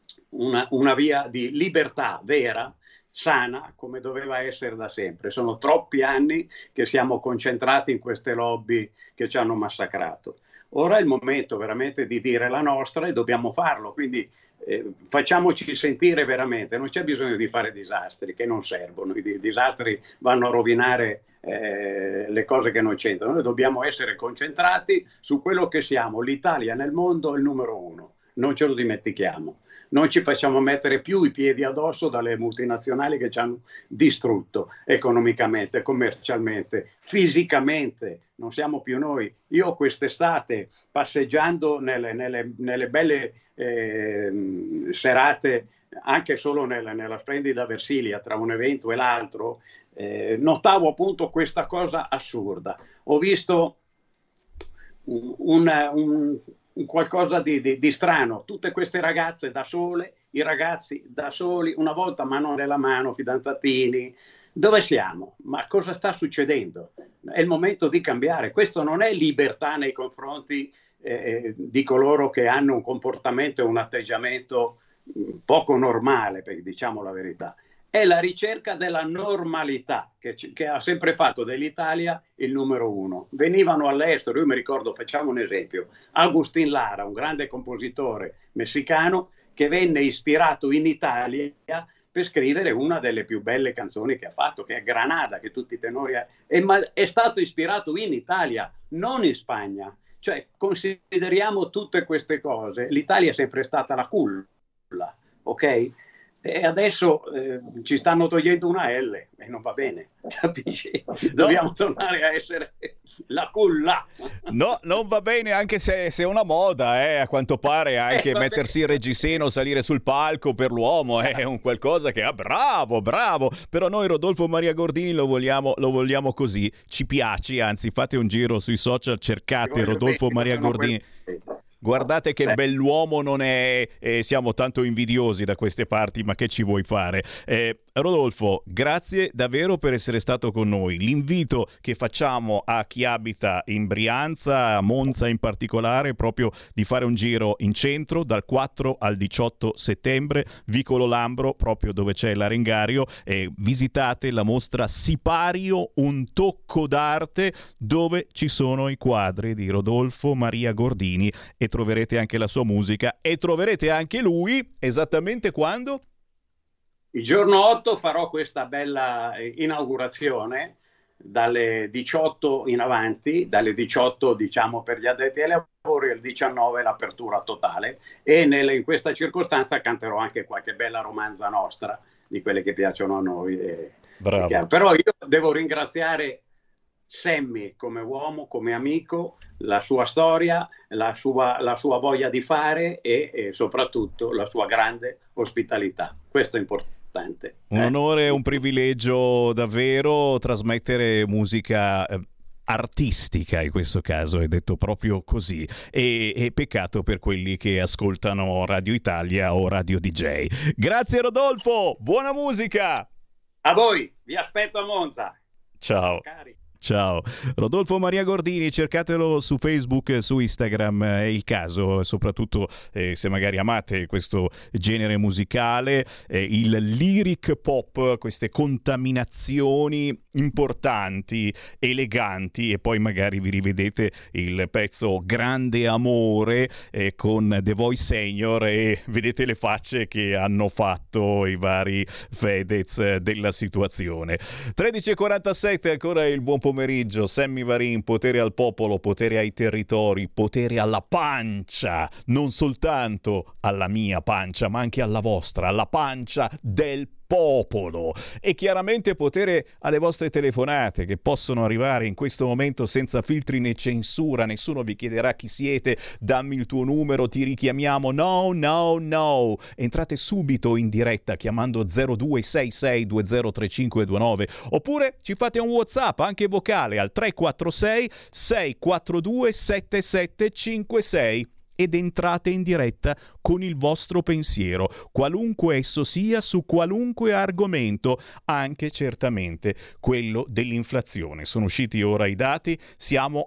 una via di libertà vera, sana, come doveva essere da sempre. Sono troppi anni che siamo concentrati in queste lobby che ci hanno massacrato. Ora è il momento veramente di dire la nostra, e dobbiamo farlo, quindi facciamoci sentire veramente. Non c'è bisogno di fare disastri che non servono, i disastri vanno a rovinare le cose che non c'entrano. Noi dobbiamo essere concentrati su quello che siamo. L'Italia nel mondo è il numero 1, non ce lo dimentichiamo. Non ci facciamo mettere più i piedi addosso dalle multinazionali che ci hanno distrutto economicamente, commercialmente, fisicamente. Non siamo più noi. Io quest'estate, passeggiando nelle belle serate, anche solo nella splendida Versilia, tra un evento e l'altro, notavo appunto questa cosa assurda. Ho visto un qualcosa di strano, tutte queste ragazze da sole, i ragazzi da soli, una volta mano nella mano, fidanzatini. Dove siamo? Ma cosa sta succedendo? È il momento di cambiare. Questo non è libertà nei confronti di coloro che hanno un comportamento e un atteggiamento poco normale, perché diciamo la verità. È la ricerca della normalità che ha sempre fatto dell'Italia il numero 1. Venivano all'estero, io mi ricordo, facciamo un esempio, Agustín Lara, un grande compositore messicano che venne ispirato in Italia per scrivere una delle più belle canzoni che ha fatto, che è Granada, che tutti i tenori è stato ispirato in Italia, non in Spagna. Cioè, consideriamo tutte queste cose. L'Italia è sempre stata la culla, ok? E adesso ci stanno togliendo una L e non va bene, capisci? Dobbiamo tornare a essere la culla. No, non va bene, anche se è una moda, a quanto pare anche mettersi il reggiseno, salire sul palco per l'uomo è un qualcosa che bravo, però noi Rodolfo Maria Gordini lo vogliamo così, ci piace, anzi fate un giro sui social, cercate Rodolfo Maria Gordini. Guardate che bell'uomo non è, siamo tanto invidiosi da queste parti, ma che ci vuoi fare? Rodolfo, grazie davvero per essere stato con noi. L'invito che facciamo a chi abita in Brianza, a Monza in particolare, è proprio di fare un giro in centro dal 4 al 18 settembre, Vicolo Lambro, proprio dove c'è l'Arengario, e visitate la mostra Sipario, un tocco d'arte, dove ci sono i quadri di Rodolfo Maria Gordini e troverete anche la sua musica e troverete anche lui esattamente quando? Il giorno 8 farò questa bella inaugurazione dalle 18 in avanti, dalle 18 diciamo per gli addetti ai lavori, al 19 l'apertura totale, e in questa circostanza canterò anche qualche bella romanza nostra, di quelle che piacciono a noi. Bravo. Però io devo ringraziare Sammy come uomo, come amico, la sua storia, la sua voglia di fare e soprattutto la sua grande ospitalità. Questo è importante. Un onore, un privilegio davvero trasmettere musica artistica, in questo caso è detto proprio così, e peccato per quelli che ascoltano Radio Italia o Radio DJ. Grazie Rodolfo, buona musica! A voi, vi aspetto a Monza. Ciao. Cari. Ciao, Rodolfo Maria Gordini, cercatelo su Facebook, su Instagram, è il caso, soprattutto se magari amate questo genere musicale, il lyric pop, queste contaminazioni importanti, eleganti, e poi magari vi rivedete il pezzo Grande Amore con The Voice Senior e vedete le facce che hanno fatto i vari Fedez della situazione. 13:47, ancora il buon pomeriggio. Sammy Varin, potere al popolo, potere ai territori, potere alla pancia, non soltanto alla mia pancia ma anche alla vostra, alla pancia del popolo, e chiaramente potere alle vostre telefonate che possono arrivare in questo momento senza filtri né censura. Nessuno vi chiederà chi siete, dammi il tuo numero, ti richiamiamo. No, entrate subito in diretta chiamando 0266203529, oppure ci fate un WhatsApp anche vocale al 346 642 7756 ed entrate in diretta con il vostro pensiero, qualunque esso sia, su qualunque argomento, anche certamente quello dell'inflazione. Sono usciti ora i dati, siamo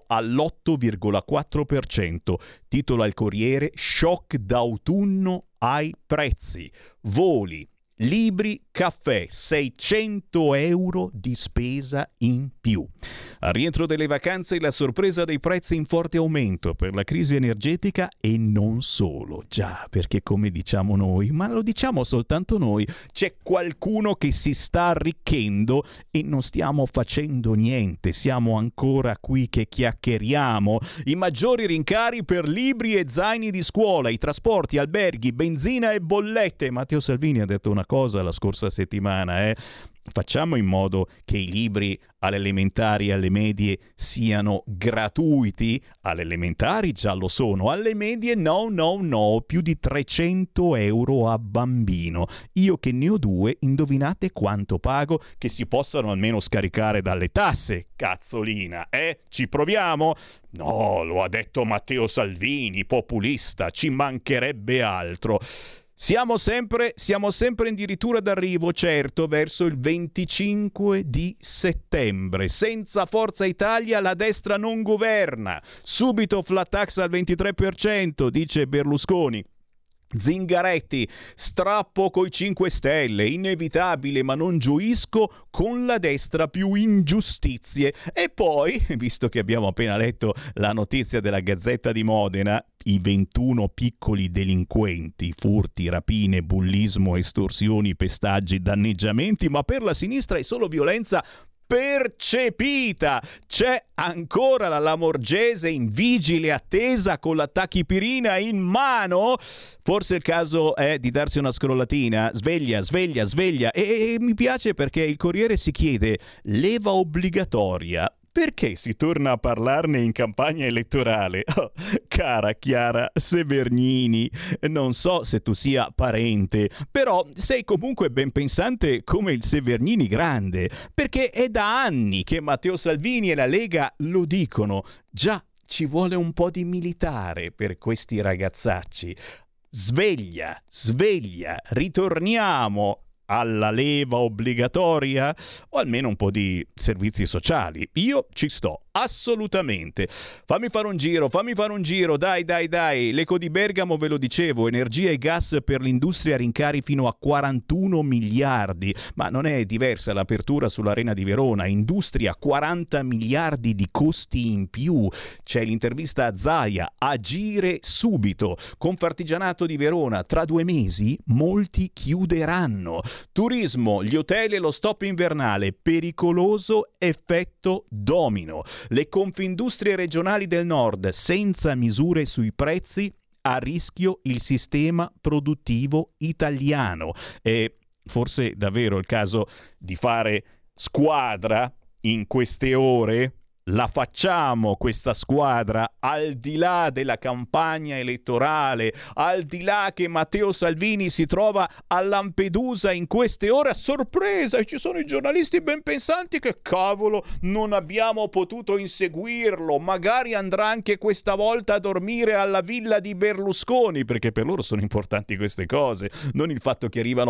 all'8,4%. Titolo al Corriere: shock d'autunno ai prezzi. Voli, libri, caffè, 600 euro di spesa in più. Al rientro delle vacanze la sorpresa dei prezzi in forte aumento per la crisi energetica e non solo. Già, perché come diciamo noi, ma lo diciamo soltanto noi, c'è qualcuno che si sta arricchendo e non stiamo facendo niente. Siamo ancora qui che chiacchieriamo. I maggiori rincari per libri e zaini di scuola, i trasporti, alberghi, benzina e bollette. Matteo Salvini ha detto una cosa la scorsa settimana, facciamo in modo che i libri alle elementari e alle medie siano gratuiti. Alle elementari già lo sono, alle medie no, più di 300 euro a bambino. Io che ne ho 2, indovinate quanto pago? Che si possano almeno scaricare dalle tasse, cazzolina, ci proviamo? No, lo ha detto Matteo Salvini, populista, ci mancherebbe altro. Siamo sempre addirittura d'arrivo, certo, verso il 25 di settembre. Senza Forza Italia la destra non governa. Subito flat tax al 23%, dice Berlusconi. Zingaretti, strappo coi 5 Stelle, inevitabile ma non gioisco, con la destra più ingiustizie. E poi, visto che abbiamo appena letto la notizia della Gazzetta di Modena, i 21 piccoli delinquenti, furti, rapine, bullismo, estorsioni, pestaggi, danneggiamenti, ma per la sinistra è solo violenza percepita. C'è ancora la Lamorgese in vigile attesa con la tachipirina in mano? Forse il caso è di darsi una scrollatina. Sveglia. E mi piace perché il Corriere si chiede: leva obbligatoria. Perché si torna a parlarne in campagna elettorale? Oh, cara Chiara Severnini, non so se tu sia parente, però sei comunque ben pensante come il Severnini grande, perché è da anni che Matteo Salvini e la Lega lo dicono. Già, ci vuole un po' di militare per questi ragazzacci. Sveglia, ritorniamo alla leva obbligatoria o almeno un po' di servizi sociali. Io ci sto, assolutamente. Fammi fare un giro, dai. L'Eco di Bergamo, ve lo dicevo, energia e gas per l'industria, rincari fino a 41 miliardi. Ma non è diversa l'apertura sull'Arena di Verona, industria 40 miliardi di costi in più. C'è l'intervista a Zaia, agire subito. Confartigianato di Verona, tra 2 mesi molti chiuderanno. Turismo, gli hotel e lo stop invernale, pericoloso effetto domino. Le confindustrie regionali del nord, senza misure sui prezzi, a rischio il sistema produttivo italiano. È forse davvero il caso di fare squadra in queste ore? La facciamo questa squadra, al di là della campagna elettorale, al di là che Matteo Salvini si trova a Lampedusa in queste ore a sorpresa e ci sono i giornalisti ben pensanti che cavolo non abbiamo potuto inseguirlo, magari andrà anche questa volta a dormire alla villa di Berlusconi, perché per loro sono importanti queste cose, non il fatto che arrivano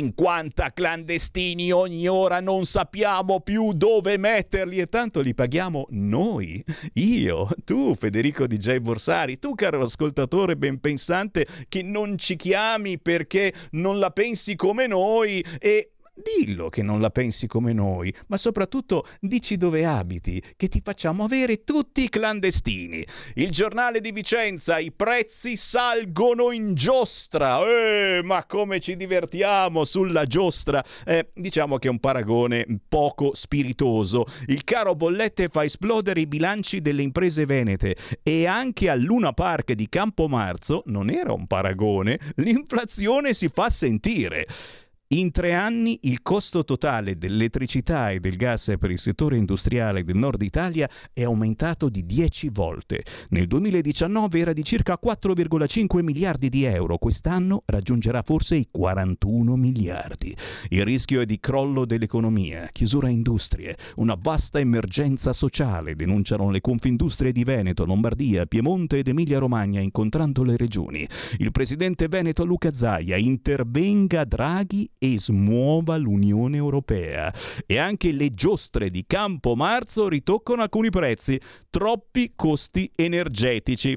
50 clandestini ogni ora, non sappiamo più dove metterli e tanto li paghiamo noi, io, tu Federico DJ Borsari, tu caro ascoltatore ben pensante che non ci chiami perché non la pensi come noi e dillo che non la pensi come noi, ma soprattutto dici dove abiti, che ti facciamo avere tutti i clandestini. Il Giornale di Vicenza, i prezzi salgono in giostra. Ma come ci divertiamo sulla giostra. Diciamo che è un paragone poco spiritoso. Il caro bollette fa esplodere i bilanci delle imprese venete e anche al Luna Park di Campomarzo, non era un paragone, l'inflazione si fa sentire. In 3 anni il costo totale dell'elettricità e del gas per il settore industriale del nord Italia è aumentato di 10 volte. Nel 2019 era di circa 4,5 miliardi di euro, quest'anno raggiungerà forse i 41 miliardi. Il rischio è di crollo dell'economia, chiusura industrie, una vasta emergenza sociale, denunciano le Confindustrie di Veneto, Lombardia, Piemonte ed Emilia-Romagna incontrando le regioni. Il presidente veneto Luca Zaia: intervenga Draghi e smuova l'Unione Europea. E anche le giostre di Campomarzo ritoccano alcuni prezzi, troppi costi energetici.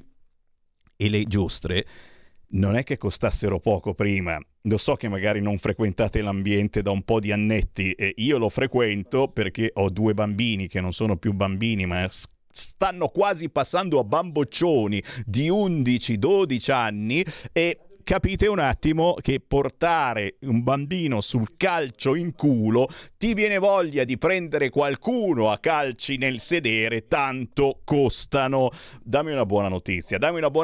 E le giostre non è che costassero poco prima. Lo so che magari non frequentate l'ambiente da un po' di annetti, e io lo frequento perché ho 2 bambini che non sono più bambini ma stanno quasi passando a bamboccioni di 11-12 anni e capite un attimo che portare un bambino sul calcio in culo ti viene voglia di prendere qualcuno a calci nel sedere, tanto costano. Dammi una buona notizia.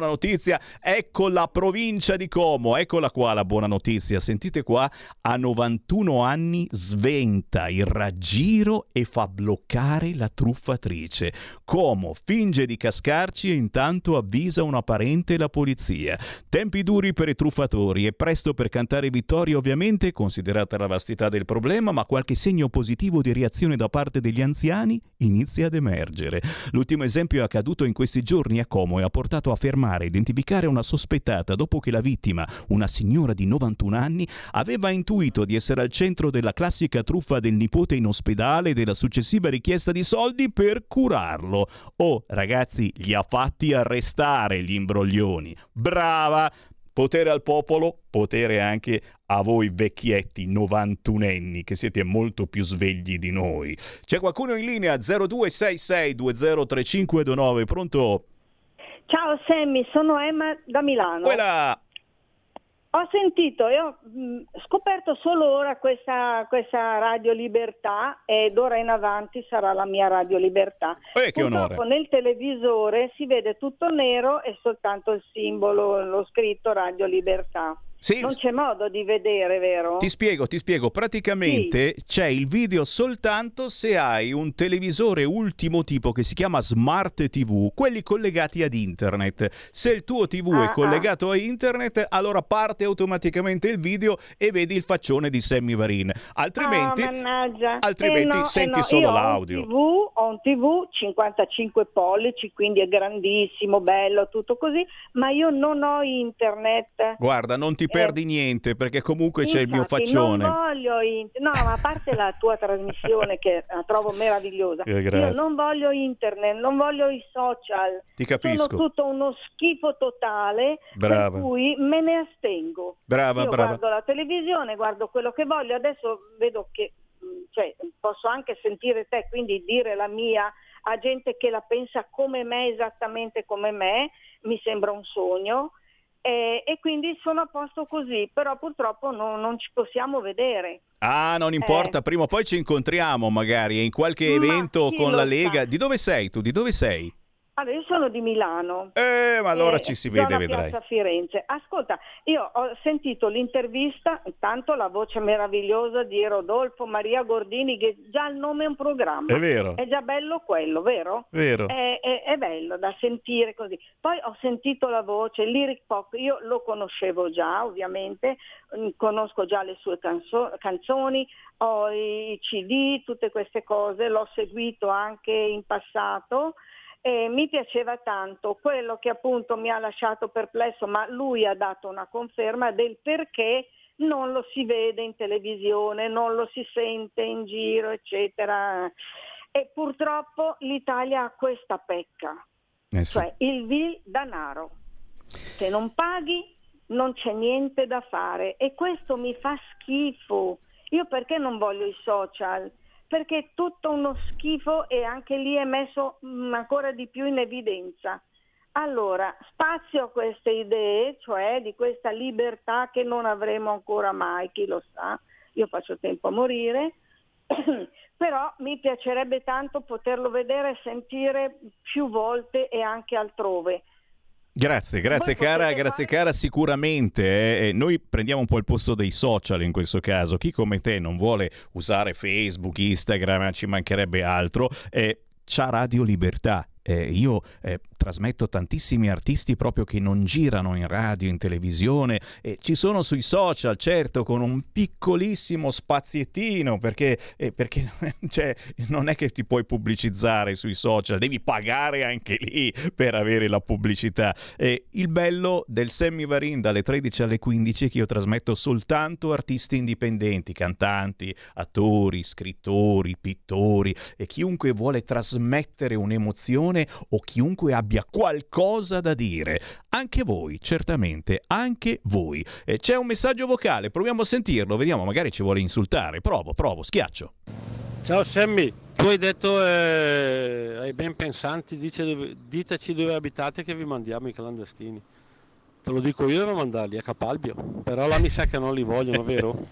Ecco la provincia di Como, eccola qua la buona notizia. Sentite qua, a 91 anni sventa il raggiro e fa bloccare la truffatrice. Como finge di cascarci e intanto avvisa una parente e la polizia. Tempi duri per i truffatori e presto per cantare vittoria ovviamente, considerata la vastità del problema, ma qualche segno positivo di reazione da parte degli anziani inizia ad emergere. L'ultimo esempio è accaduto in questi giorni a Como e ha portato a fermare e identificare una sospettata dopo che la vittima, una signora di 91 anni, aveva intuito di essere al centro della classica truffa del nipote in ospedale e della successiva richiesta di soldi per curarlo. Oh, ragazzi, li ha fatti arrestare gli imbroglioni. Brava! potere al popolo, potere anche a voi vecchietti 91enni che siete molto più svegli di noi. C'è qualcuno in linea? 0266203529, pronto? Ciao Sammy, sono Emma da Milano. Quella. Ho sentito, ho scoperto solo ora questa Radio Libertà e d'ora in avanti sarà la mia Radio Libertà. Che onore. Nel televisore si vede tutto nero e soltanto il simbolo, lo scritto Radio Libertà. Sì. Non c'è modo di vedere, vero? Ti spiego. Praticamente c'è il video soltanto se hai un televisore ultimo tipo che si chiama Smart TV, quelli collegati ad internet. Se il tuo TV è collegato a internet, allora parte automaticamente il video e vedi il faccione di Sammy Varin. Altrimenti senti solo l'audio. Ho un TV 55 pollici, quindi è grandissimo, bello, tutto così, ma io non ho internet. Guarda, non ti perdi niente, perché comunque c'è il mio faccione. Non voglio no, ma a parte la tua trasmissione che la trovo meravigliosa, io non voglio internet, non voglio i social. Ti capisco. Sono tutto uno schifo totale. Brava. Per cui me ne astengo. Brava. Guardo la televisione, guardo quello che voglio. Adesso vedo che posso anche sentire te, quindi dire la mia a gente che la pensa come me, esattamente come me, mi sembra un sogno. E quindi sono a posto così, però purtroppo non ci possiamo vedere. Non importa, prima o poi ci incontriamo magari in qualche evento con la Lega. Di dove sei tu? Di dove sei? Allora, io sono di Milano. Ma allora ci si vede, vedrai. Piazza Firenze. Ascolta, io ho sentito l'intervista, intanto la voce meravigliosa di Rodolfo Maria Gordini, che già il nome è un programma. È vero. È già bello quello, vero? Vero. È bello da sentire così. Poi ho sentito la voce, Lyric Pop, io lo conoscevo già, ovviamente, conosco già le sue canzoni, ho i CD, tutte queste cose, l'ho seguito anche in passato. Mi piaceva tanto. Quello che appunto mi ha lasciato perplesso, ma lui ha dato una conferma del perché non lo si vede in televisione, non lo si sente in giro, eccetera. E purtroppo l'Italia ha questa pecca, cioè il vil denaro. Se non paghi non c'è niente da fare e questo mi fa schifo. Io perché non voglio i social? Perché è tutto uno schifo e anche lì è messo ancora di più in evidenza. Allora, spazio a queste idee, cioè di questa libertà che non avremo ancora mai, chi lo sa, io faccio tempo a morire, però mi piacerebbe tanto poterlo vedere e sentire più volte e anche altrove. Grazie cara, sicuramente noi prendiamo un po' il posto dei social in questo caso. Chi come te non vuole usare Facebook, Instagram, ci mancherebbe altro, c'ha Radio Libertà. Io trasmetto tantissimi artisti proprio che non girano in radio, in televisione, ci sono sui social, certo, con un piccolissimo spaziettino, perché cioè, non è che ti puoi pubblicizzare sui social, devi pagare anche lì per avere la pubblicità. Il bello del Sammy Varin dalle 13 alle 15 è che io trasmetto soltanto artisti indipendenti, cantanti, attori, scrittori, pittori e chiunque vuole trasmettere un'emozione o chiunque abbia qualcosa da dire. Anche voi, certamente, anche voi. C'è un messaggio vocale, proviamo a sentirlo, vediamo, magari ci vuole insultare. Provo, schiaccio. Ciao Sammy, tu hai detto ai ben pensanti, diteci dove abitate che vi mandiamo i clandestini. Te lo dico io, devo mandarli a Capalbio, però là mi sa che non li vogliono, vero?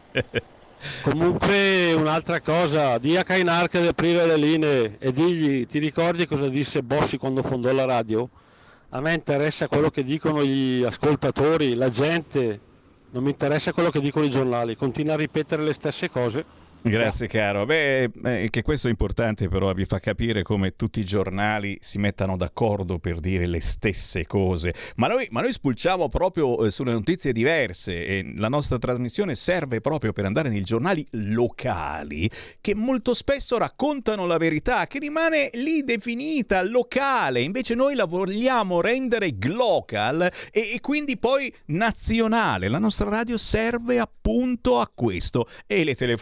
Comunque un'altra cosa, di a Cainarca di aprire le linee e digli, ti ricordi cosa disse Bossi quando fondò la radio? A me interessa quello che dicono gli ascoltatori, la gente, non mi interessa quello che dicono i giornali, continua a ripetere le stesse cose. Grazie caro, che questo è importante, però vi fa capire come tutti i giornali si mettano d'accordo per dire le stesse cose, ma noi spulciamo proprio sulle notizie diverse e la nostra trasmissione serve proprio per andare nei giornali locali che molto spesso raccontano la verità che rimane lì definita locale, invece noi la vogliamo rendere glocal e quindi poi nazionale. La nostra radio serve appunto a questo e le telefonate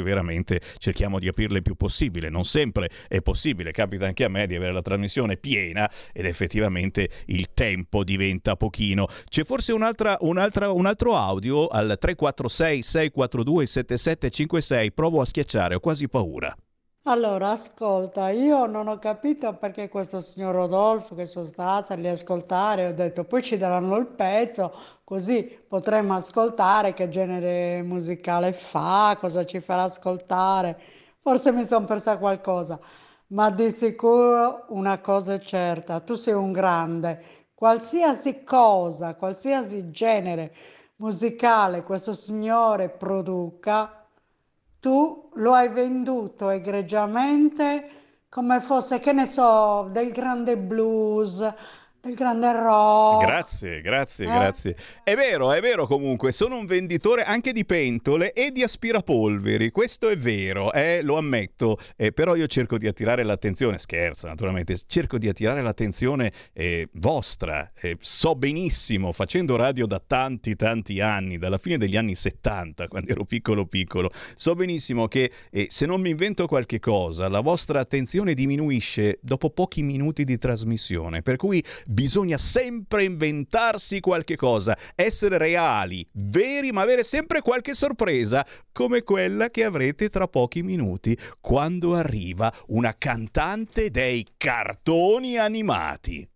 veramente cerchiamo di aprirle il più possibile. Non sempre è possibile, capita anche a me di avere la trasmissione piena ed effettivamente il tempo diventa pochino. C'è forse un altro audio al 346 642 7756. Provo a schiacciare, ho quasi paura. Allora, ascolta, io non ho capito perché questo signor Rodolfo, che sono stata lì a ascoltare, ho detto poi ci daranno il pezzo, così potremo ascoltare che genere musicale fa, cosa ci farà ascoltare. Forse mi sono persa qualcosa, ma di sicuro una cosa è certa, tu sei un grande. Qualsiasi cosa, qualsiasi genere musicale questo signore produca, tu lo hai venduto egregiamente come fosse, che ne so, del grande blues, del grande rock. Grazie. È vero comunque, sono un venditore anche di pentole e di aspirapolveri, questo è vero, lo ammetto, però io cerco di attirare l'attenzione, scherzo naturalmente, cerco di attirare l'attenzione vostra, so benissimo, facendo radio da tanti anni, dalla fine degli anni 70, quando ero piccolo, so benissimo che se non mi invento qualche cosa, la vostra attenzione diminuisce dopo pochi minuti di trasmissione, per cui bisogna sempre inventarsi qualche cosa, essere reali, veri, ma avere sempre qualche sorpresa, come quella che avrete tra pochi minuti, quando arriva una cantante dei cartoni animati.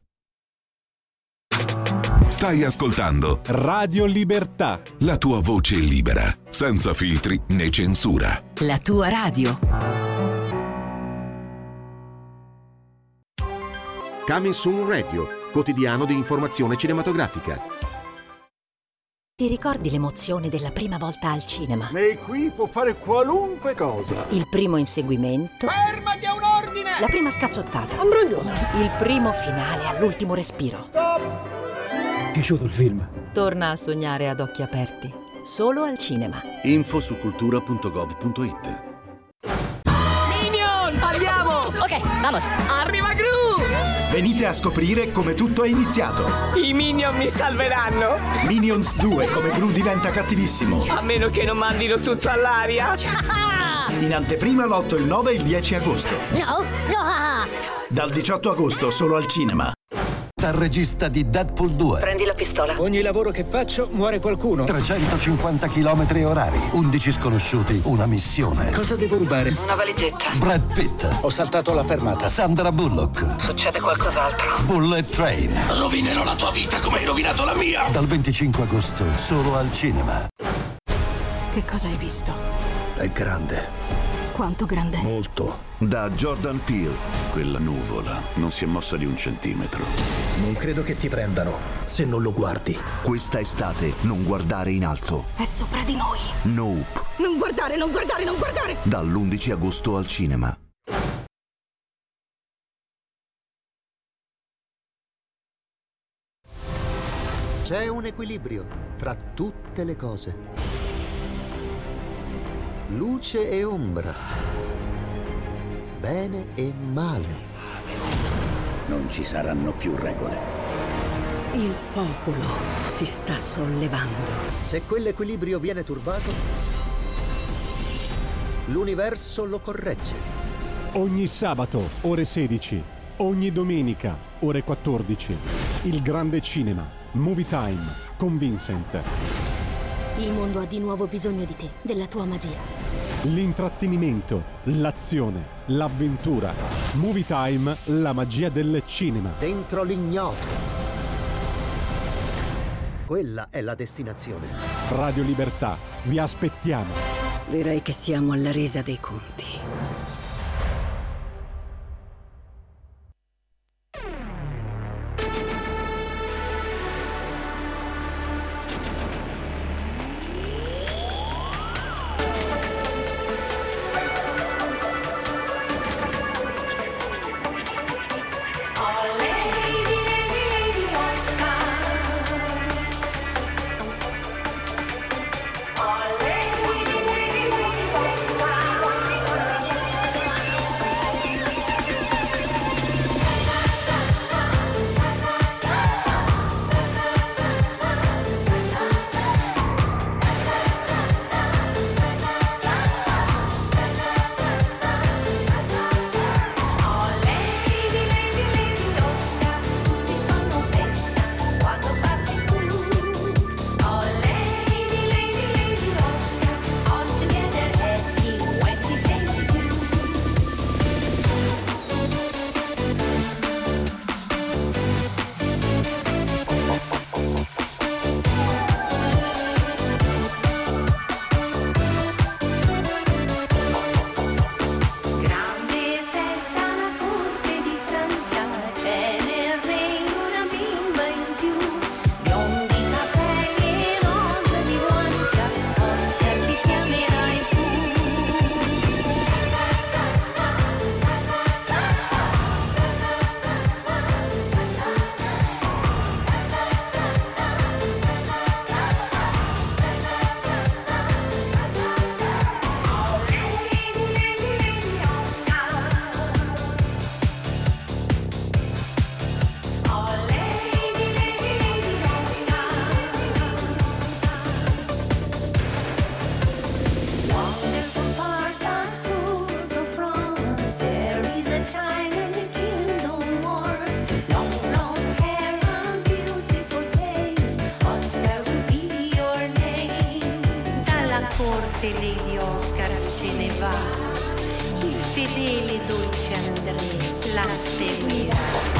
Stai ascoltando Radio Libertà, la tua voce libera, senza filtri né censura. La tua radio. Coming Soon Radio, quotidiano di informazione cinematografica. Ti ricordi l'emozione della prima volta al cinema? Lei qui può fare qualunque cosa. Il primo inseguimento. Fermati a un ordine! La prima scazzottata. Ambroglione. Il primo finale all'ultimo respiro. Stop! Piaciuto il film? Torna a sognare ad occhi aperti. Solo al cinema. Info su cultura.gov.it. Minion! Andiamo! Ok, vamos! Arriva Gru! Venite a scoprire come tutto è iniziato. I Minion mi salveranno? Minions 2, come Gru diventa cattivissimo. A meno che non mandino tutto all'aria. In anteprima l'8, il 9 e il 10 agosto. No! Dal 18 agosto solo al cinema. Dal regista di Deadpool 2. Prendi la pistola. Ogni lavoro che faccio muore qualcuno. 350 km orari, 11 sconosciuti, una missione. Cosa devo rubare? Una valigetta. Brad Pitt. Ho saltato alla fermata. Sandra Bullock. Succede qualcos'altro. Bullet Train. Rovinerò la tua vita come hai rovinato la mia. Dal 25 agosto solo al cinema. Che cosa hai visto? È grande. Quanto grande? Molto. Da Jordan Peele. Quella nuvola non si è mossa di 1 centimetro. Non credo che ti prendano se non lo guardi. Questa estate non guardare in alto. È sopra di noi. Nope. Non guardare, non guardare, non guardare! Dall'11 agosto al cinema. C'è un equilibrio tra tutte le cose. Luce e ombra. Bene e male. Non ci saranno più regole. Il popolo si sta sollevando. Se quell'equilibrio viene turbato, l'universo lo corregge. Ogni sabato, ore 16. Ogni domenica, ore 14. Il grande cinema. Movie Time con Vincent. Il mondo ha di nuovo bisogno di te, della tua magia. L'intrattenimento, l'azione, l'avventura. Movie Time, la magia del cinema. Dentro l'ignoto. Quella è la destinazione. Radio Libertà, vi aspettiamo. Direi che siamo alla resa dei conti. va, il fedele dolce André la seguirà.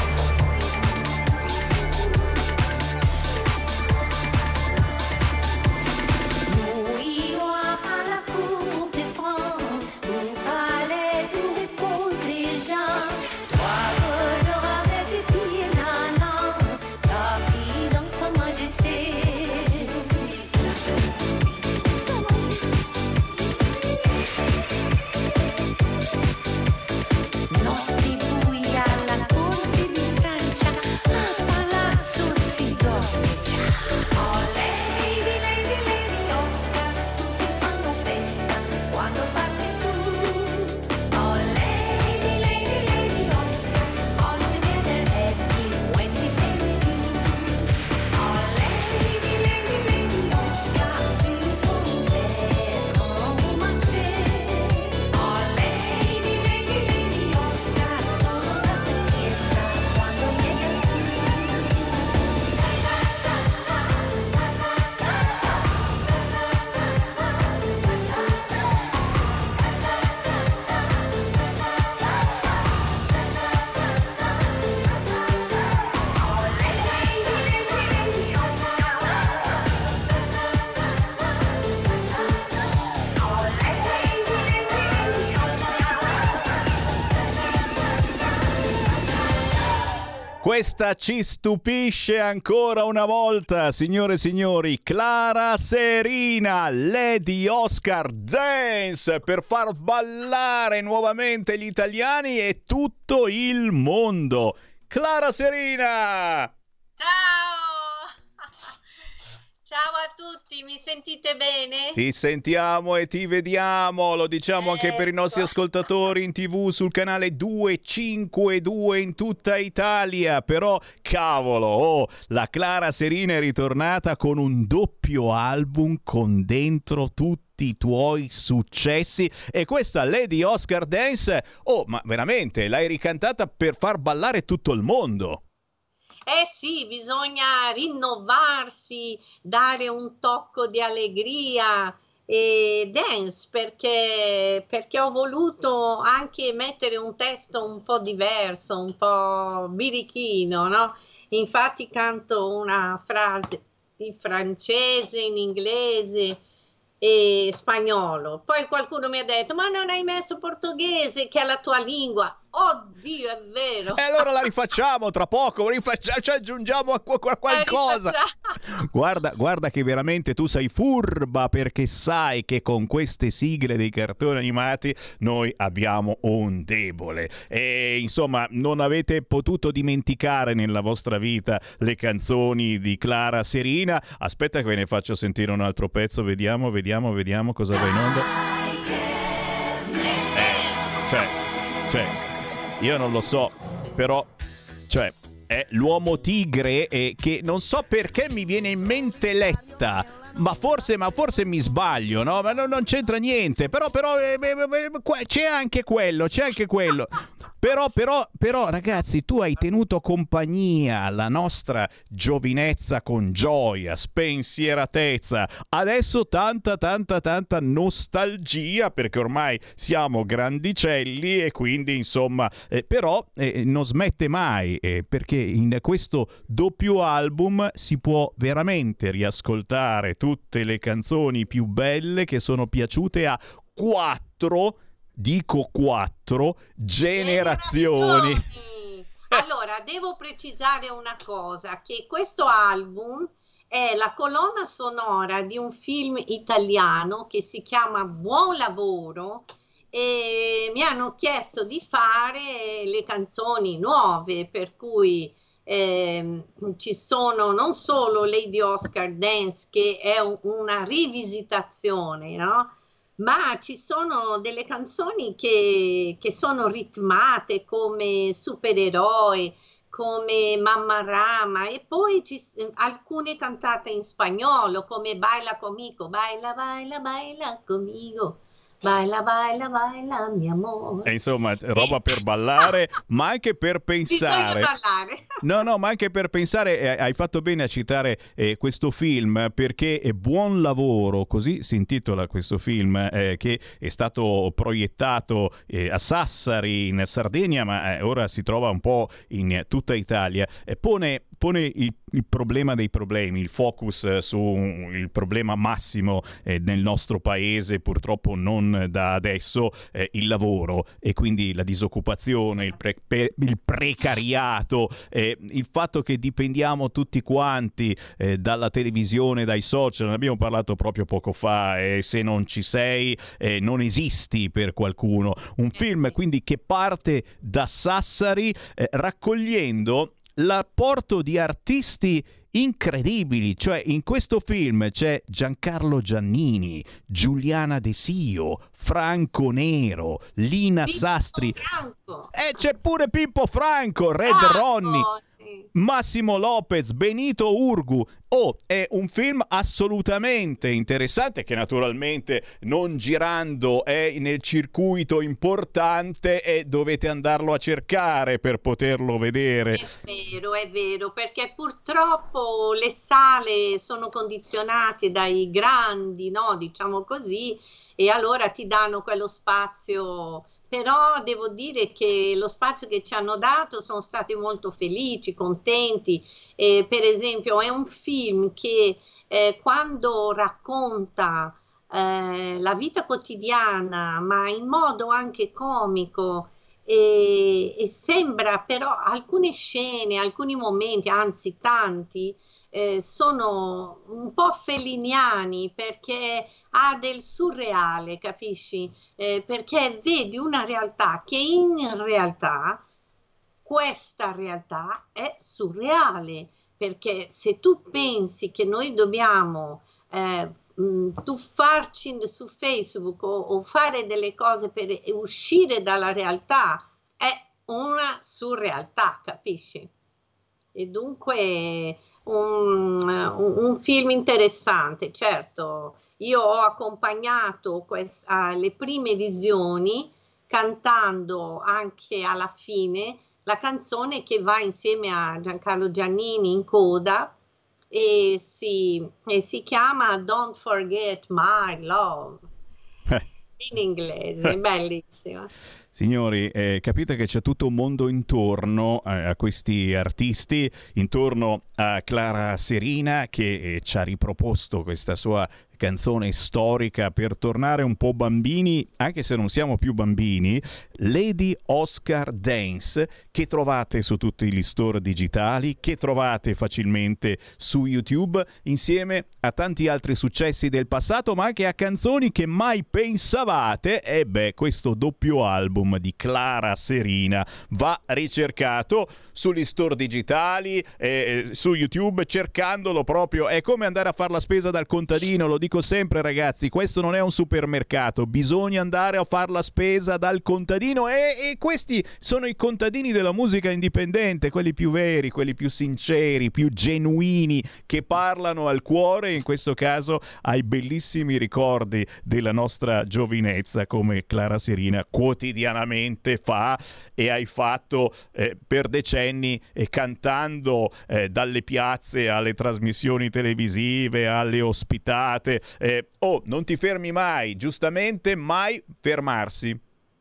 Questa ci stupisce ancora una volta, signore e signori. Clara Serina, Lady Oscar Dance, per far ballare nuovamente gli italiani e tutto il mondo. Clara Serina! Ciao! Ciao a tutti, mi sentite bene? Ti sentiamo e ti vediamo, lo diciamo anche per i nostri ascoltatori in TV sul canale 252 in tutta Italia. Però cavolo, la Clara Serina è ritornata con un doppio album con dentro tutti i tuoi successi, e questa Lady Oscar Dance, ma veramente l'hai ricantata per far ballare tutto il mondo. Eh sì, bisogna rinnovarsi, dare un tocco di allegria e dance, perché ho voluto anche mettere un testo un po' diverso, un po' birichino, no? Infatti canto una frase in francese, in inglese e spagnolo. Poi qualcuno mi ha detto: ma non hai messo portoghese, che è la tua lingua. Oddio, è vero. E allora la rifacciamo tra poco, ci aggiungiamo a qualcosa. Guarda che veramente tu sei furba, perché sai che con queste sigle dei cartoni animati noi abbiamo un debole. E insomma, non avete potuto dimenticare nella vostra vita le canzoni di Clara Serina. Aspetta che ve ne faccio sentire un altro pezzo, vediamo cosa va in onda. Io non lo so, però, è l'uomo tigre, che non so perché mi viene in mente Letta, ma forse mi sbaglio, no? Ma non c'entra niente, però c'è anche quello. Però ragazzi, tu hai tenuto compagnia alla nostra giovinezza con gioia, spensieratezza, adesso tanta nostalgia, perché ormai siamo grandicelli e quindi insomma, però non smette mai, perché in questo doppio album si può veramente riascoltare tutte le canzoni più belle che sono piaciute a 4 generazioni. Allora, devo precisare una cosa, che questo album è la colonna sonora di un film italiano che si chiama Buon Lavoro, e mi hanno chiesto di fare le canzoni nuove, per cui ci sono non solo Lady Oscar Dance, che è una rivisitazione, no? Ma ci sono delle canzoni che sono ritmate come Supereroi, come Mamma Rama, e poi alcune cantate in spagnolo come Baila Conmigo, Baila, baila, baila conmigo, Baila, baila, baila, mio amore. Insomma, roba per ballare, ma anche per pensare. Bisogna ballare. No, ma anche per pensare, hai fatto bene a citare questo film, perché è Buon lavoro, così si intitola questo film, che è stato proiettato a Sassari in Sardegna, ma ora si trova un po' in tutta Italia. Pone il problema dei problemi, il focus su il problema massimo nel nostro paese, purtroppo non da adesso, il lavoro, e quindi la disoccupazione, il precariato, il fatto che dipendiamo tutti quanti dalla televisione, dai social. Ne abbiamo parlato proprio poco fa, se non ci sei non esisti per qualcuno. Un film quindi che parte da Sassari, raccogliendo l'apporto di artisti incredibili. Cioè, in questo film c'è Giancarlo Giannini, Giuliana De Sio, Franco Nero, Lina Pippo Sastri, Franco. e c'è pure Pippo Franco, Red Ronnie, Massimo Lopez, Benito Urgu. È un film assolutamente interessante, che naturalmente non girando è nel circuito importante e dovete andarlo a cercare per poterlo vedere. È vero, perché purtroppo le sale sono condizionate dai grandi, no, diciamo così, e allora ti danno quello spazio. Però devo dire che lo spazio che ci hanno dato sono stati molto felici, contenti. Per esempio è un film che quando racconta la vita quotidiana, ma in modo anche comico, e sembra però alcune scene, alcuni momenti, anzi tanti, sono un po' felliniani, perché ha del surreale, capisci? Perché vedi una realtà che in realtà, questa realtà è surreale, perché se tu pensi che noi dobbiamo tuffarci su Facebook o fare delle cose per uscire dalla realtà, è una surrealtà, capisci? E dunque un film interessante. Certo, io ho accompagnato le prime visioni cantando anche alla fine la canzone che va insieme a Giancarlo Giannini in coda, e si chiama Don't Forget My Love, in inglese, bellissima. Signori, capite che c'è tutto un mondo intorno a questi artisti, intorno a Clara Serina, che ci ha riproposto questa sua canzone storica per tornare un po' bambini, anche se non siamo più bambini, Lady Oscar Dance, che trovate su tutti gli store digitali, che trovate facilmente su YouTube, insieme a tanti altri successi del passato, ma anche a canzoni che mai pensavate. E questo doppio album di Clara Serina va ricercato sugli store digitali, su YouTube, cercandolo proprio. È come andare a fare la spesa dal contadino, lo dico sempre, ragazzi, questo non è un supermercato, bisogna andare a fare la spesa dal contadino, e questi sono i contadini della musica indipendente, quelli più veri, quelli più sinceri, più genuini, che parlano al cuore, in questo caso ai bellissimi ricordi della nostra giovinezza, come Clara Serina quotidianamente fa e hai fatto per decenni, cantando dalle piazze alle trasmissioni televisive, alle ospitate. Non ti fermi mai, giustamente, mai fermarsi.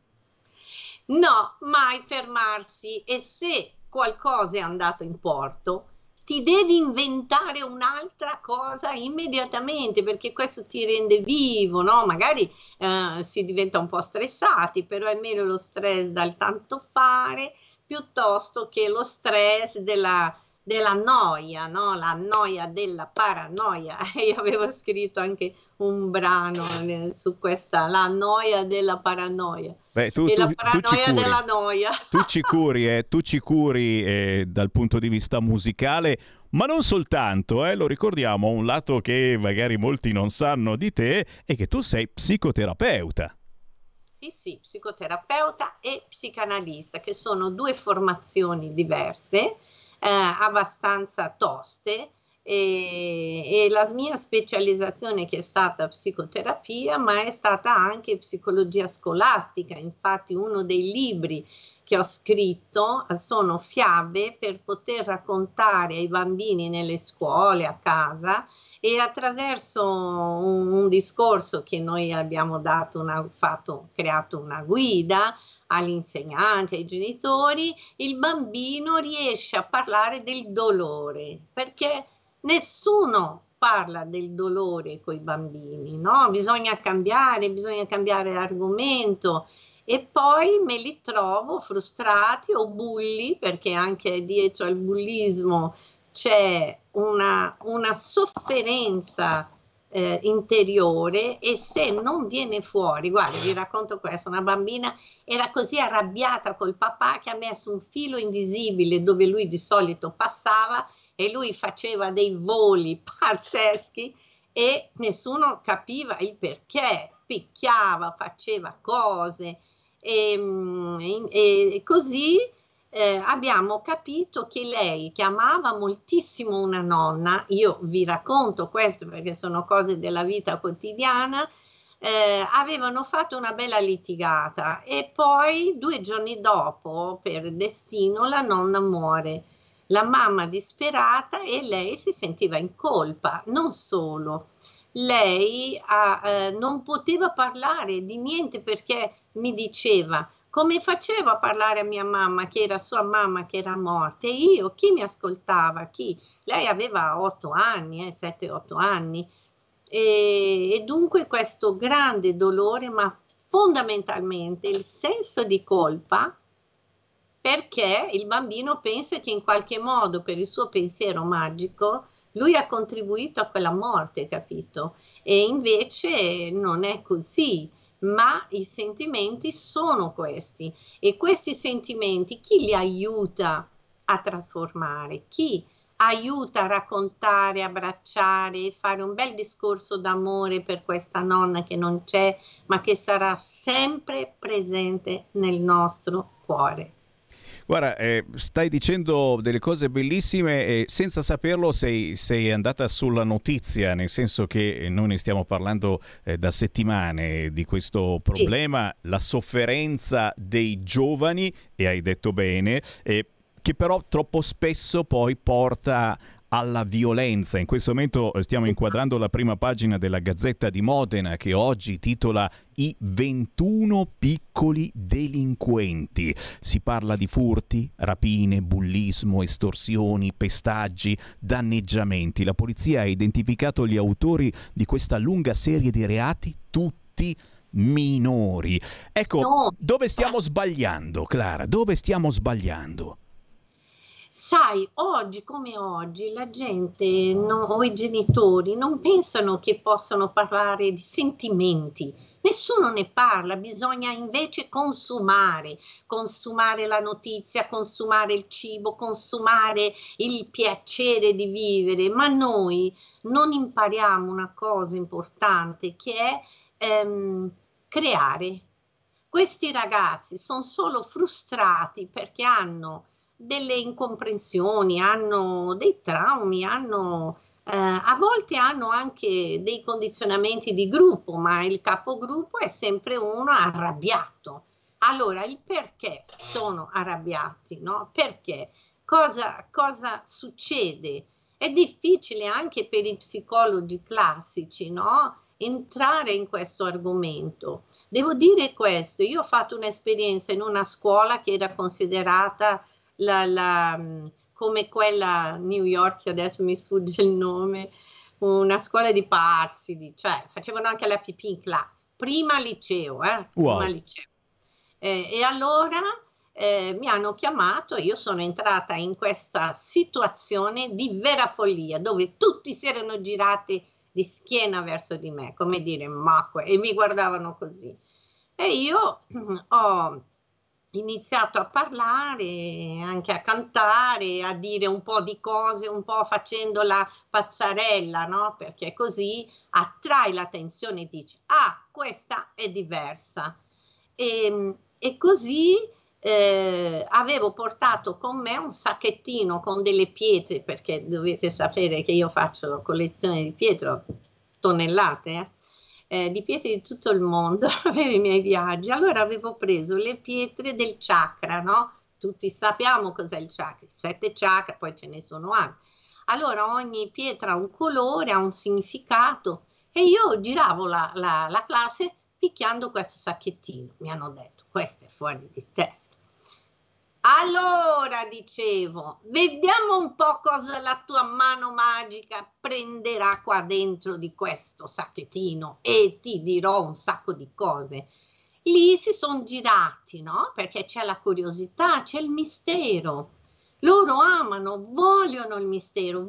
No, mai fermarsi, e se qualcosa è andato in porto ti devi inventare un'altra cosa immediatamente, perché questo ti rende vivo, no? Magari si diventa un po' stressati, però è meglio lo stress dal tanto fare piuttosto che lo stress della noia, no? La noia della paranoia. Io avevo scritto anche un brano su questa, la noia della paranoia. La paranoia della noia. Tu ci curi dal punto di vista musicale, ma non soltanto, lo ricordiamo, un lato che magari molti non sanno di te è che tu sei psicoterapeuta. Sì, psicoterapeuta e psicanalista, che sono due formazioni diverse, abbastanza toste, e la mia specializzazione che è stata psicoterapia, ma è stata anche psicologia scolastica. Infatti uno dei libri che ho scritto sono fiabe per poter raccontare ai bambini nelle scuole, a casa, e attraverso un discorso che noi abbiamo creato una guida agli insegnanti, ai genitori, il bambino riesce a parlare del dolore, perché nessuno parla del dolore con i bambini, no? Bisogna cambiare argomento. E poi me li trovo frustrati o bulli, perché anche dietro al bullismo c'è una sofferenza interiore, e se non viene fuori, guarda, vi racconto questo, una bambina era così arrabbiata col papà che ha messo un filo invisibile dove lui di solito passava, e lui faceva dei voli pazzeschi e nessuno capiva il perché, picchiava, faceva cose, e così abbiamo capito che lei, che amava moltissimo una nonna, io vi racconto questo perché sono cose della vita quotidiana, avevano fatto una bella litigata e poi 2 giorni dopo, per destino, la nonna muore. La mamma disperata, e lei si sentiva in colpa. Non solo, lei non poteva parlare di niente, perché mi diceva: come facevo a parlare a mia mamma, che era sua mamma che era morta, e io chi mi ascoltava? Chi? Lei aveva 8 anni, 7-8 anni, e dunque questo grande dolore, ma fondamentalmente il senso di colpa, perché il bambino pensa che in qualche modo, per il suo pensiero magico, lui ha contribuito a quella morte, capito? E invece non è così, ma i sentimenti sono questi, e questi sentimenti chi li aiuta a trasformare? Chi aiuta a raccontare, abbracciare, fare un bel discorso d'amore per questa nonna che non c'è, ma che sarà sempre presente nel nostro cuore. Guarda, stai dicendo delle cose bellissime e senza saperlo sei andata sulla notizia, nel senso che noi ne stiamo parlando da settimane di questo problema, la sofferenza dei giovani, e hai detto bene, che però troppo spesso poi porta alla violenza. In questo momento stiamo inquadrando la prima pagina della Gazzetta di Modena, che oggi titola I 21 piccoli delinquenti. Si parla di furti, rapine, bullismo, estorsioni, pestaggi, danneggiamenti. La polizia ha identificato gli autori di questa lunga serie di reati, tutti minori. Ecco, dove stiamo sbagliando, Clara? Dove stiamo sbagliando? Sai, oggi come oggi la gente o i genitori non pensano che possano parlare di sentimenti. Nessuno ne parla, bisogna invece consumare la notizia, consumare il cibo, consumare il piacere di vivere, ma noi non impariamo una cosa importante, che è creare. Questi ragazzi sono solo frustrati perché hanno delle incomprensioni, hanno dei traumi, a volte hanno anche dei condizionamenti di gruppo, ma il capogruppo è sempre uno arrabbiato. Allora, il perché sono arrabbiati, no? Perché? Cosa succede? È difficile anche per i psicologi classici, no? Entrare in questo argomento. Devo dire questo, io ho fatto un'esperienza in una scuola che era considerata come quella New York, adesso mi sfugge il nome, una scuola di pazzi, cioè facevano anche la pipì in classe, prima liceo, Wow. Prima liceo. E allora mi hanno chiamato, io sono entrata in questa situazione di vera follia, dove tutti si erano girati di schiena verso di me, come dire, e mi guardavano così. E io ho iniziato a parlare, anche a cantare, a dire un po' di cose, un po' facendo la pazzarella, no? Perché così attrai l'attenzione e dici: ah, questa è diversa. E così avevo portato con me un sacchettino con delle pietre, perché dovete sapere che io faccio collezione di pietre, tonnellate, di pietre di tutto il mondo per i miei viaggi. Allora avevo preso le pietre del chakra, no? Tutti sappiamo cos'è il chakra, 7 chakra, poi ce ne sono altri. Allora ogni pietra ha un colore, ha un significato, e io giravo la classe picchiando questo sacchettino. Mi hanno detto, questo è fuori di testa. Allora dicevo, vediamo un po' cosa la tua mano magica prenderà qua dentro di questo sacchettino, e ti dirò un sacco di cose. Lì si sono girati, no? Perché c'è la curiosità, c'è il mistero. Loro amano, vogliono il mistero.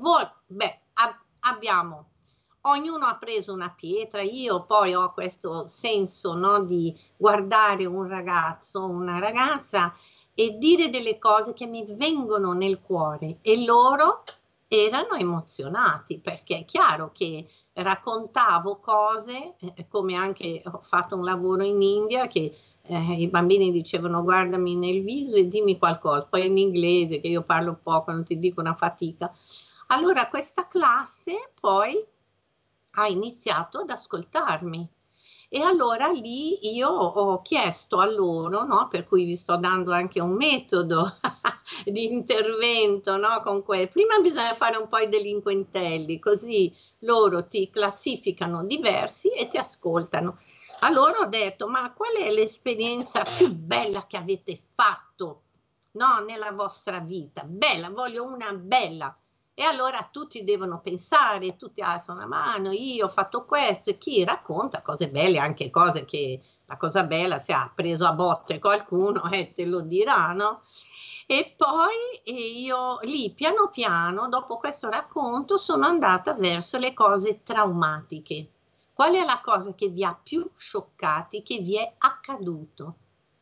Ognuno ha preso una pietra. Io poi ho questo senso, no, di guardare un ragazzo, una ragazza, e dire delle cose che mi vengono nel cuore, e loro erano emozionati, perché è chiaro che raccontavo cose, come anche ho fatto un lavoro in India, che i bambini dicevano guardami nel viso e dimmi qualcosa, poi in inglese, che io parlo poco, non ti dico una fatica. Allora questa classe poi ha iniziato ad ascoltarmi. E allora lì io ho chiesto a loro, no, per cui vi sto dando anche un metodo di intervento, no, con prima bisogna fare un po' i delinquentelli, così loro ti classificano diversi e ti ascoltano. Allora ho detto, ma qual è l'esperienza più bella che avete fatto, no, nella vostra vita? Bella, voglio una bella. E allora tutti devono pensare, tutti alzano la mano, io ho fatto questo, e chi racconta cose belle, anche cose che la cosa bella, se ha preso a botte qualcuno, te lo dirà, no? E poi io lì piano piano, dopo questo racconto, sono andata verso le cose traumatiche. Qual è la cosa che vi ha più scioccati, che vi è accaduto?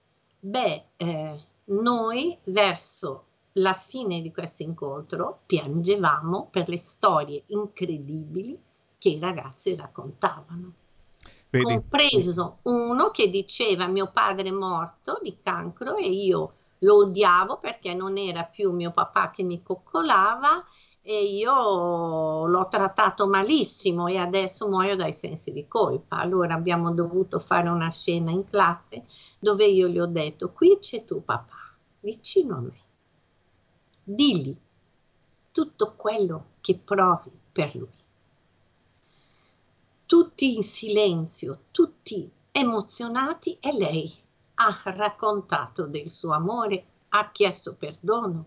Noi verso la fine di questo incontro piangevamo per le storie incredibili che i ragazzi raccontavano. Vedi? Compreso uno che diceva mio padre è morto di cancro e io lo odiavo perché non era più mio papà che mi coccolava e io l'ho trattato malissimo e adesso muoio dai sensi di colpa. Allora abbiamo dovuto fare una scena in classe dove io gli ho detto qui c'è tuo papà vicino a me. Digli tutto quello che provi per lui. Tutti in silenzio, tutti emozionati e lei ha raccontato del suo amore, ha chiesto perdono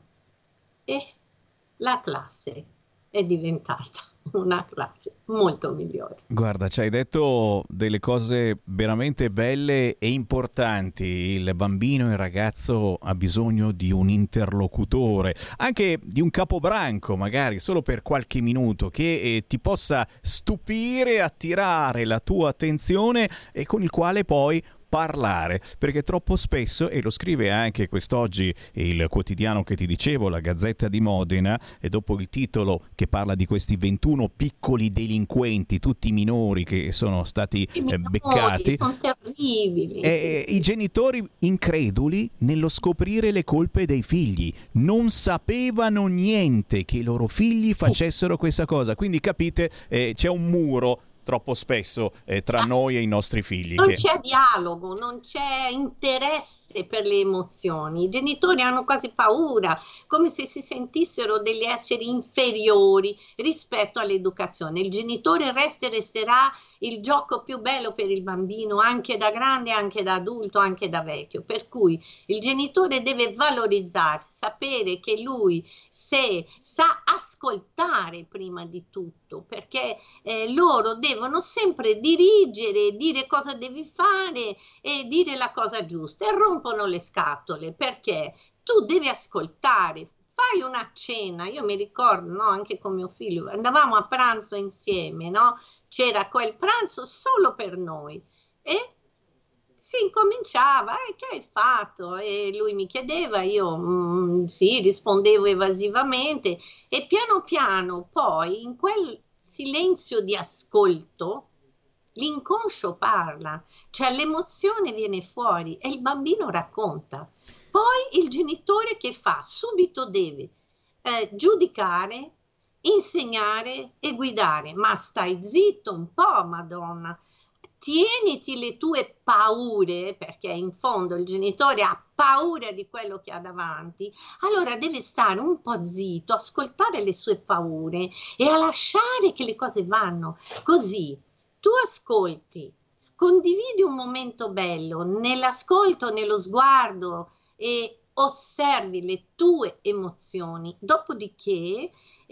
e la classe è diventata una classe molto migliore. Guarda, ci hai detto delle cose veramente belle e importanti. Il bambino, il ragazzo ha bisogno di un interlocutore, anche di un capobranco, magari solo per qualche minuto, che ti possa stupire, attirare la tua attenzione e con il quale poi parlare, perché troppo spesso, e lo scrive anche quest'oggi il quotidiano che ti dicevo, la Gazzetta di Modena, e dopo il titolo che parla di questi 21 piccoli delinquenti, tutti minori che sono stati beccati, sono terribili. I genitori increduli nello scoprire le colpe dei figli, non sapevano niente che i loro figli facessero questa cosa, quindi capite, c'è un muro troppo spesso tra noi e i nostri figli. Non c'è dialogo, non c'è interesse per le emozioni. I genitori hanno quasi paura, come se si sentissero degli esseri inferiori rispetto all'educazione. Il genitore resta e resterà il gioco più bello per il bambino, anche da grande, anche da adulto, anche da vecchio. Per cui il genitore deve valorizzarsi, sapere che lui sa ascoltare prima di tutto, perché loro devono sempre dirigere, dire cosa devi fare e dire la cosa giusta, e rompono le scatole perché tu devi ascoltare. Fai una cena, io mi ricordo, no, anche con mio figlio, andavamo a pranzo insieme, no? C'era quel pranzo solo per noi e si incominciava, che hai fatto? E lui mi chiedeva, io sì, rispondevo evasivamente e piano piano poi in quel silenzio di ascolto L'inconscio parla, cioè l'emozione viene fuori e il bambino racconta. Poi il genitore che fa? Subito deve giudicare, insegnare e guidare. Ma stai zitto un po', Madonna. Tieniti le tue paure, perché in fondo il genitore ha paura di quello che ha davanti, allora deve stare un po' zitto, ascoltare le sue paure e a lasciare che le cose vanno. Così tu ascolti, condividi un momento bello, nell'ascolto, nello sguardo e osservi le tue emozioni. Dopodiché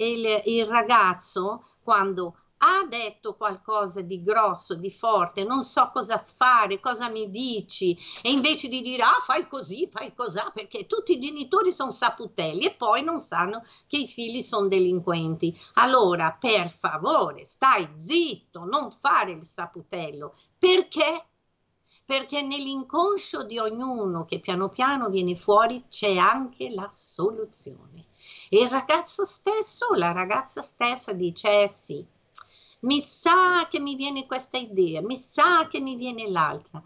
il ragazzo, quando ha detto qualcosa di grosso, di forte, non so cosa fare, cosa mi dici, e invece di dire fai così, fai cosà, perché tutti i genitori sono saputelli e poi non sanno che i figli sono delinquenti. Allora, per favore, stai zitto, non fare il saputello. Perché? Perché nell'inconscio di ognuno che piano piano viene fuori c'è anche la soluzione. E il ragazzo stesso o la ragazza stessa dice sì, mi sa che mi viene questa idea, mi sa che mi viene l'altra.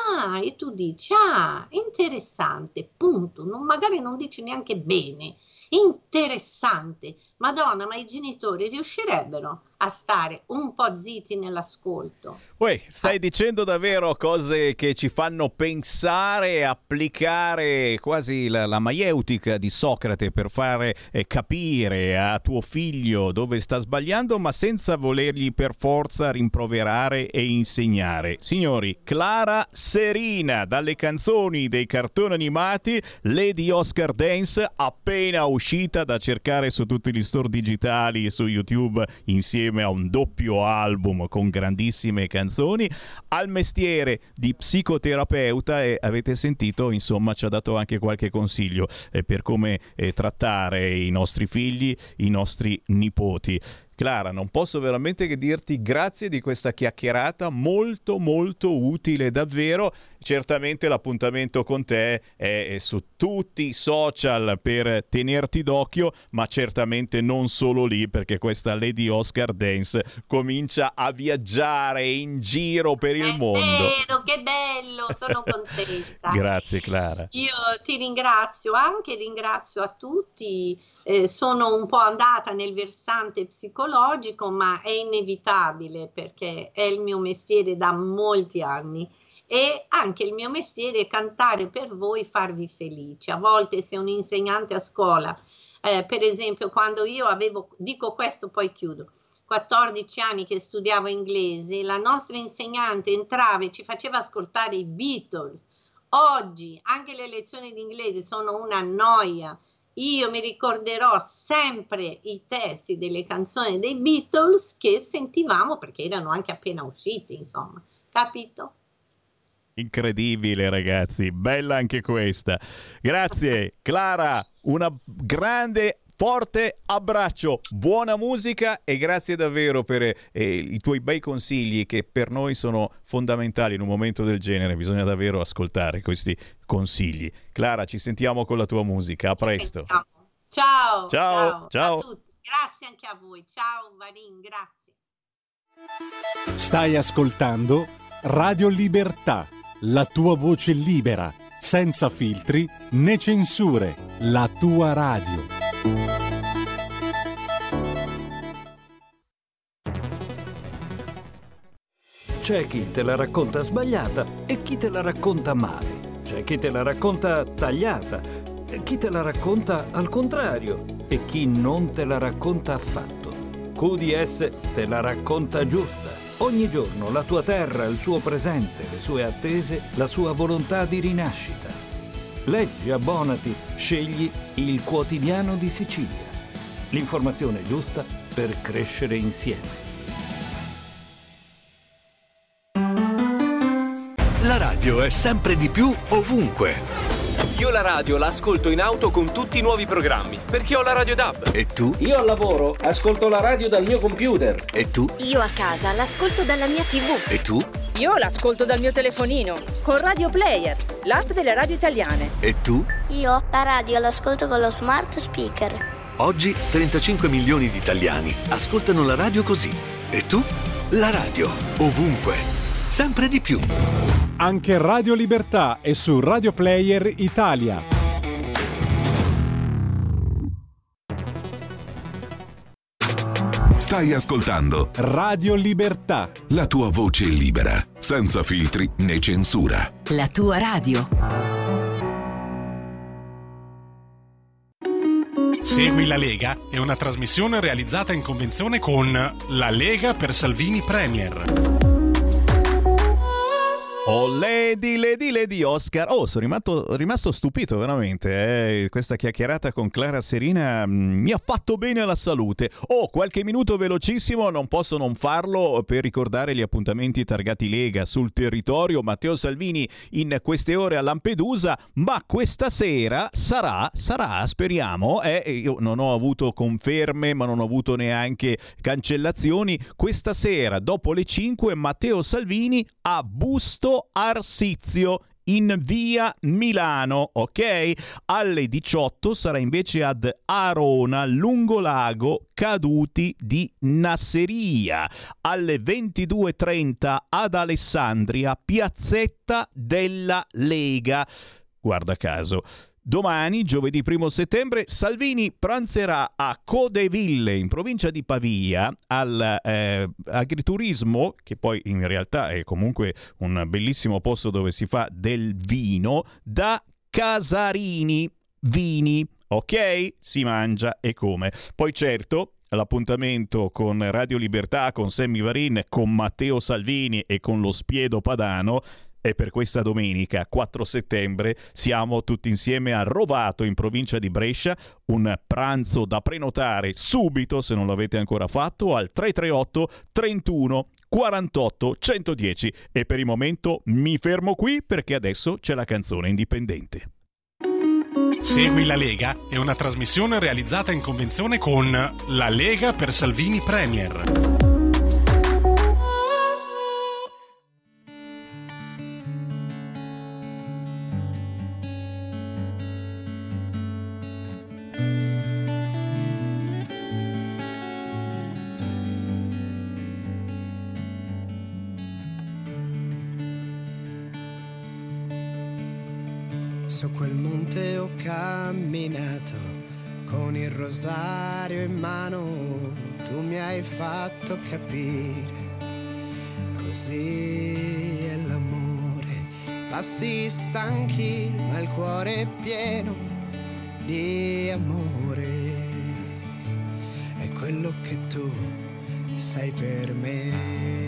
E tu dici, interessante, punto. Magari non dici neanche bene, interessante. Madonna, ma i genitori riuscirebbero a stare un po' zitti nell'ascolto? Stai dicendo davvero cose che ci fanno pensare, applicare quasi la maieutica di Socrate per fare capire a tuo figlio dove sta sbagliando, ma senza volergli per forza rimproverare e insegnare. Signori, Clara Serina, dalle canzoni dei cartoni animati, Lady Oscar Dance, appena uscita, da cercare su tutti gli store digitali e su YouTube, insieme a un doppio album con grandissime canzoni, al mestiere di psicoterapeuta, e avete sentito, insomma, ci ha dato anche qualche consiglio per come trattare i nostri figli, i nostri nipoti. Clara, non posso veramente che dirti grazie di questa chiacchierata molto molto utile, davvero. Certamente l'appuntamento con te è su tutti i social per tenerti d'occhio, ma certamente non solo lì, perché questa Lady Oscar Dance comincia a viaggiare in giro per il mondo. Vero, che bello, sono contenta. Grazie Clara. Io ti ringrazio ringrazio a tutti. Sono un po' andata nel versante psicologico, ma è inevitabile perché è il mio mestiere da molti anni. E anche il mio mestiere è cantare per voi, farvi felici. A volte, se un insegnante a scuola, per esempio quando io dico questo poi chiudo, 14 anni che studiavo inglese, la nostra insegnante entrava e ci faceva ascoltare i Beatles. Oggi anche le lezioni di inglese sono una noia. Io mi ricorderò sempre i testi delle canzoni dei Beatles che sentivamo perché erano anche appena usciti, insomma, capito? Incredibile, ragazzi, bella anche questa. Grazie Clara, una grande forte abbraccio, buona musica e grazie davvero per i tuoi bei consigli che per noi sono fondamentali in un momento del genere. Bisogna davvero ascoltare questi consigli. Clara, ci sentiamo con la tua musica, a presto. Ciao ciao a tutti, grazie anche a voi. Ciao Varin, grazie. Stai ascoltando Radio Libertà, la tua voce libera, senza filtri né censure, la tua radio. C'è chi te la racconta sbagliata e chi te la racconta male. C'è chi te la racconta tagliata e chi te la racconta al contrario e chi non te la racconta affatto. QDS te la racconta giusta. Ogni giorno la tua terra, il suo presente, le sue attese, la sua volontà di rinascita. Leggi, abbonati, scegli il Quotidiano di Sicilia. L'informazione giusta per crescere insieme. La radio è sempre di più ovunque. Io la radio la ascolto in auto con tutti i nuovi programmi, perché ho la Radio DAB. E tu? Io al lavoro ascolto la radio dal mio computer. E tu? Io a casa l'ascolto dalla mia TV. E tu? Io l'ascolto dal mio telefonino, con Radio Player, l'app delle radio italiane. E tu? Io la radio l'ascolto con lo smart speaker. Oggi 35 milioni di italiani ascoltano la radio così. E tu? La radio, ovunque, sempre di più. Anche Radio Libertà è su Radio Player Italia. Stai ascoltando Radio Libertà. La tua voce libera, senza filtri né censura. La tua radio. Segui la Lega è una trasmissione realizzata in convenzione con La Lega per Salvini Premier. Oh, Lady Oscar. Oh, sono rimasto stupito veramente. Questa chiacchierata con Clara Serina mi ha fatto bene alla salute. Oh, qualche minuto velocissimo, non posso non farlo per ricordare gli appuntamenti targati Lega sul territorio. Matteo Salvini in queste ore a Lampedusa, ma questa sera sarà, speriamo. Io non ho avuto conferme, ma non ho avuto neanche cancellazioni. Questa sera, dopo le 5, Matteo Salvini a Busto Arsizio in via Milano, ok? Alle 18 sarà invece ad Arona, Lungolago Caduti di Nasseria. Alle 22:30 ad Alessandria, Piazzetta della Lega. Guarda caso. Domani, giovedì 1 settembre, Salvini pranzerà a Codeville, in provincia di Pavia, all'agriturismo, che poi in realtà è comunque un bellissimo posto dove si fa del vino, da Casarini Vini, ok? Si mangia e come. Poi certo, l'appuntamento con Radio Libertà, con Sammy Varin, con Matteo Salvini e con lo Spiedo Padano. E per questa domenica, 4 settembre, siamo tutti insieme a Rovato, in provincia di Brescia. Un pranzo da prenotare subito, se non l'avete ancora fatto, al 338 31 48 110. E per il momento mi fermo qui perché adesso c'è la canzone indipendente. Segui la Lega è una trasmissione realizzata in convenzione con La Lega per Salvini Premier. Su quel monte ho camminato con il rosario in mano, tu mi hai fatto capire, così è l'amore. Passi stanchi ma il cuore è pieno di amore, è quello che tu sei per me.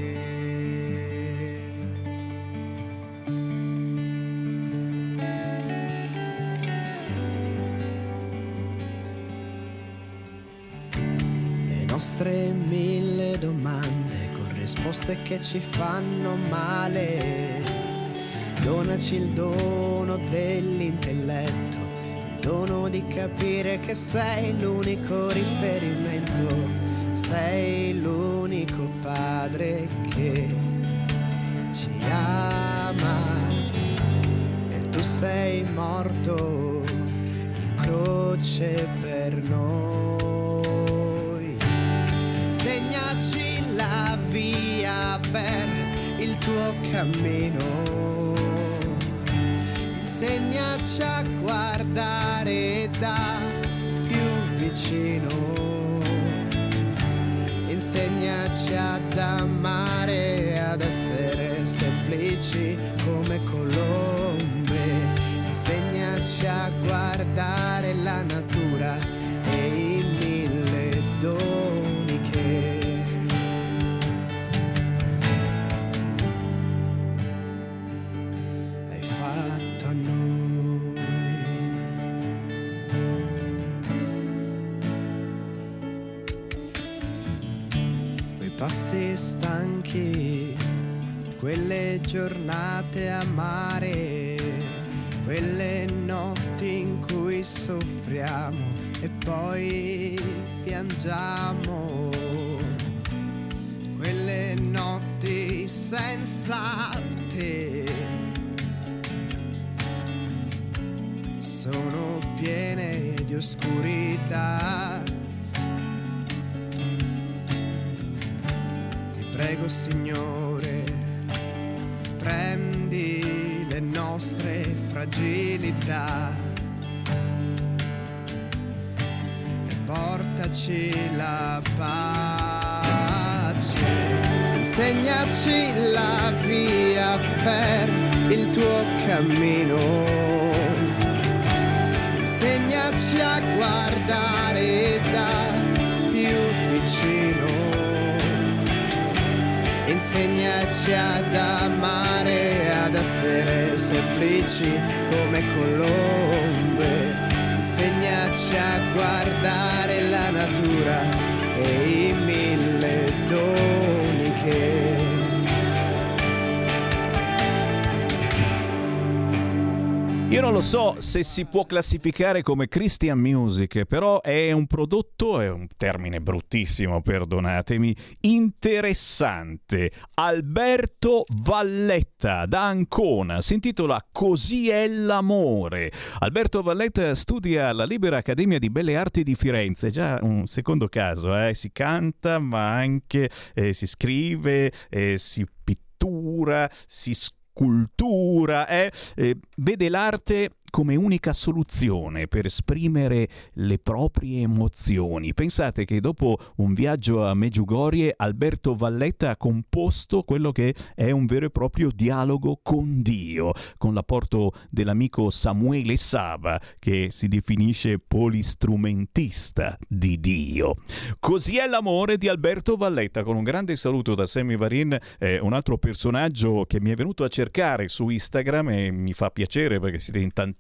Nostre 1000 domande con risposte che ci fanno male. Donaci il dono dell'intelletto, il dono di capire che sei l'unico riferimento, sei l'unico padre che ci ama e tu sei morto in croce per noi. Insegnaci la via per il tuo cammino, insegnaci a guardare da più vicino, insegnaci ad amare, ad essere semplici come colombe, insegnaci a guardare la natura e i 1000 doni che hai fatto a noi. Quei passi stanchi, quelle giornate a mare, quelle notti in cui soffriamo e poi piangiamo, quelle notti senza te sono piene di oscurità. Ti prego Signore, prendi le nostre fragilità e portaci la pace. Insegnaci la via per il tuo cammino, insegnaci a guardare da più vicino, insegnaci ad amare, ad essere semplici come colombe, insegnaci a guardare la natura e i 1000 doni che io non lo so se si può classificare come Christian music, però è un prodotto, è un termine bruttissimo, perdonatemi, interessante. Alberto Valletta da Ancona, si intitola Così è l'amore. Alberto Valletta studia alla Libera Accademia di Belle Arti di Firenze, già un secondo caso, si canta ma anche si scrive, si pittura, si cultura, vede l'arte come unica soluzione per esprimere le proprie emozioni. Pensate che dopo un viaggio a Medjugorje Alberto Valletta ha composto quello che è un vero e proprio dialogo con Dio, con l'apporto dell'amico Samuele Sava, che si definisce polistrumentista di Dio. Così è l'amore di Alberto Valletta, con un grande saluto da Sammy Varin, un altro personaggio che mi è venuto a cercare su Instagram e mi fa piacere perché siete in tantissimi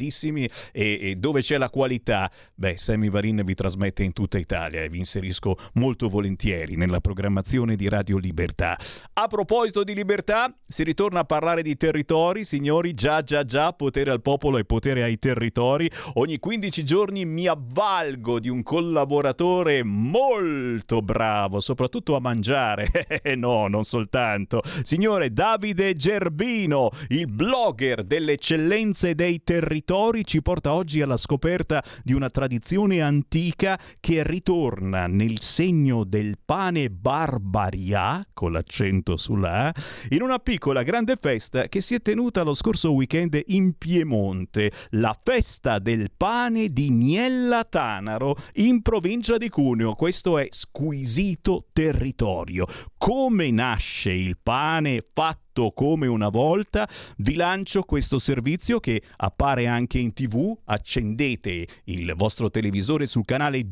e dove c'è la qualità, Sammy Varin vi trasmette in tutta Italia e vi inserisco molto volentieri nella programmazione di Radio Libertà. A proposito di libertà, si ritorna a parlare di territori, signori, già, potere al popolo e potere ai territori. Ogni 15 giorni mi avvalgo di un collaboratore molto bravo, soprattutto a mangiare, no, non soltanto. Signore Davide Gerbino, il blogger delle eccellenze dei territori, ci porta oggi alla scoperta di una tradizione antica che ritorna nel segno del pane barbaria, con l'accento sulla A, in una piccola grande festa che si è tenuta lo scorso weekend in Piemonte, la festa del pane di Niella Tanaro in provincia di Cuneo. Questo è squisito territorio. Come nasce il pane fatto come una volta? Vi lancio questo servizio che appare anche in TV. Accendete il vostro televisore sul canale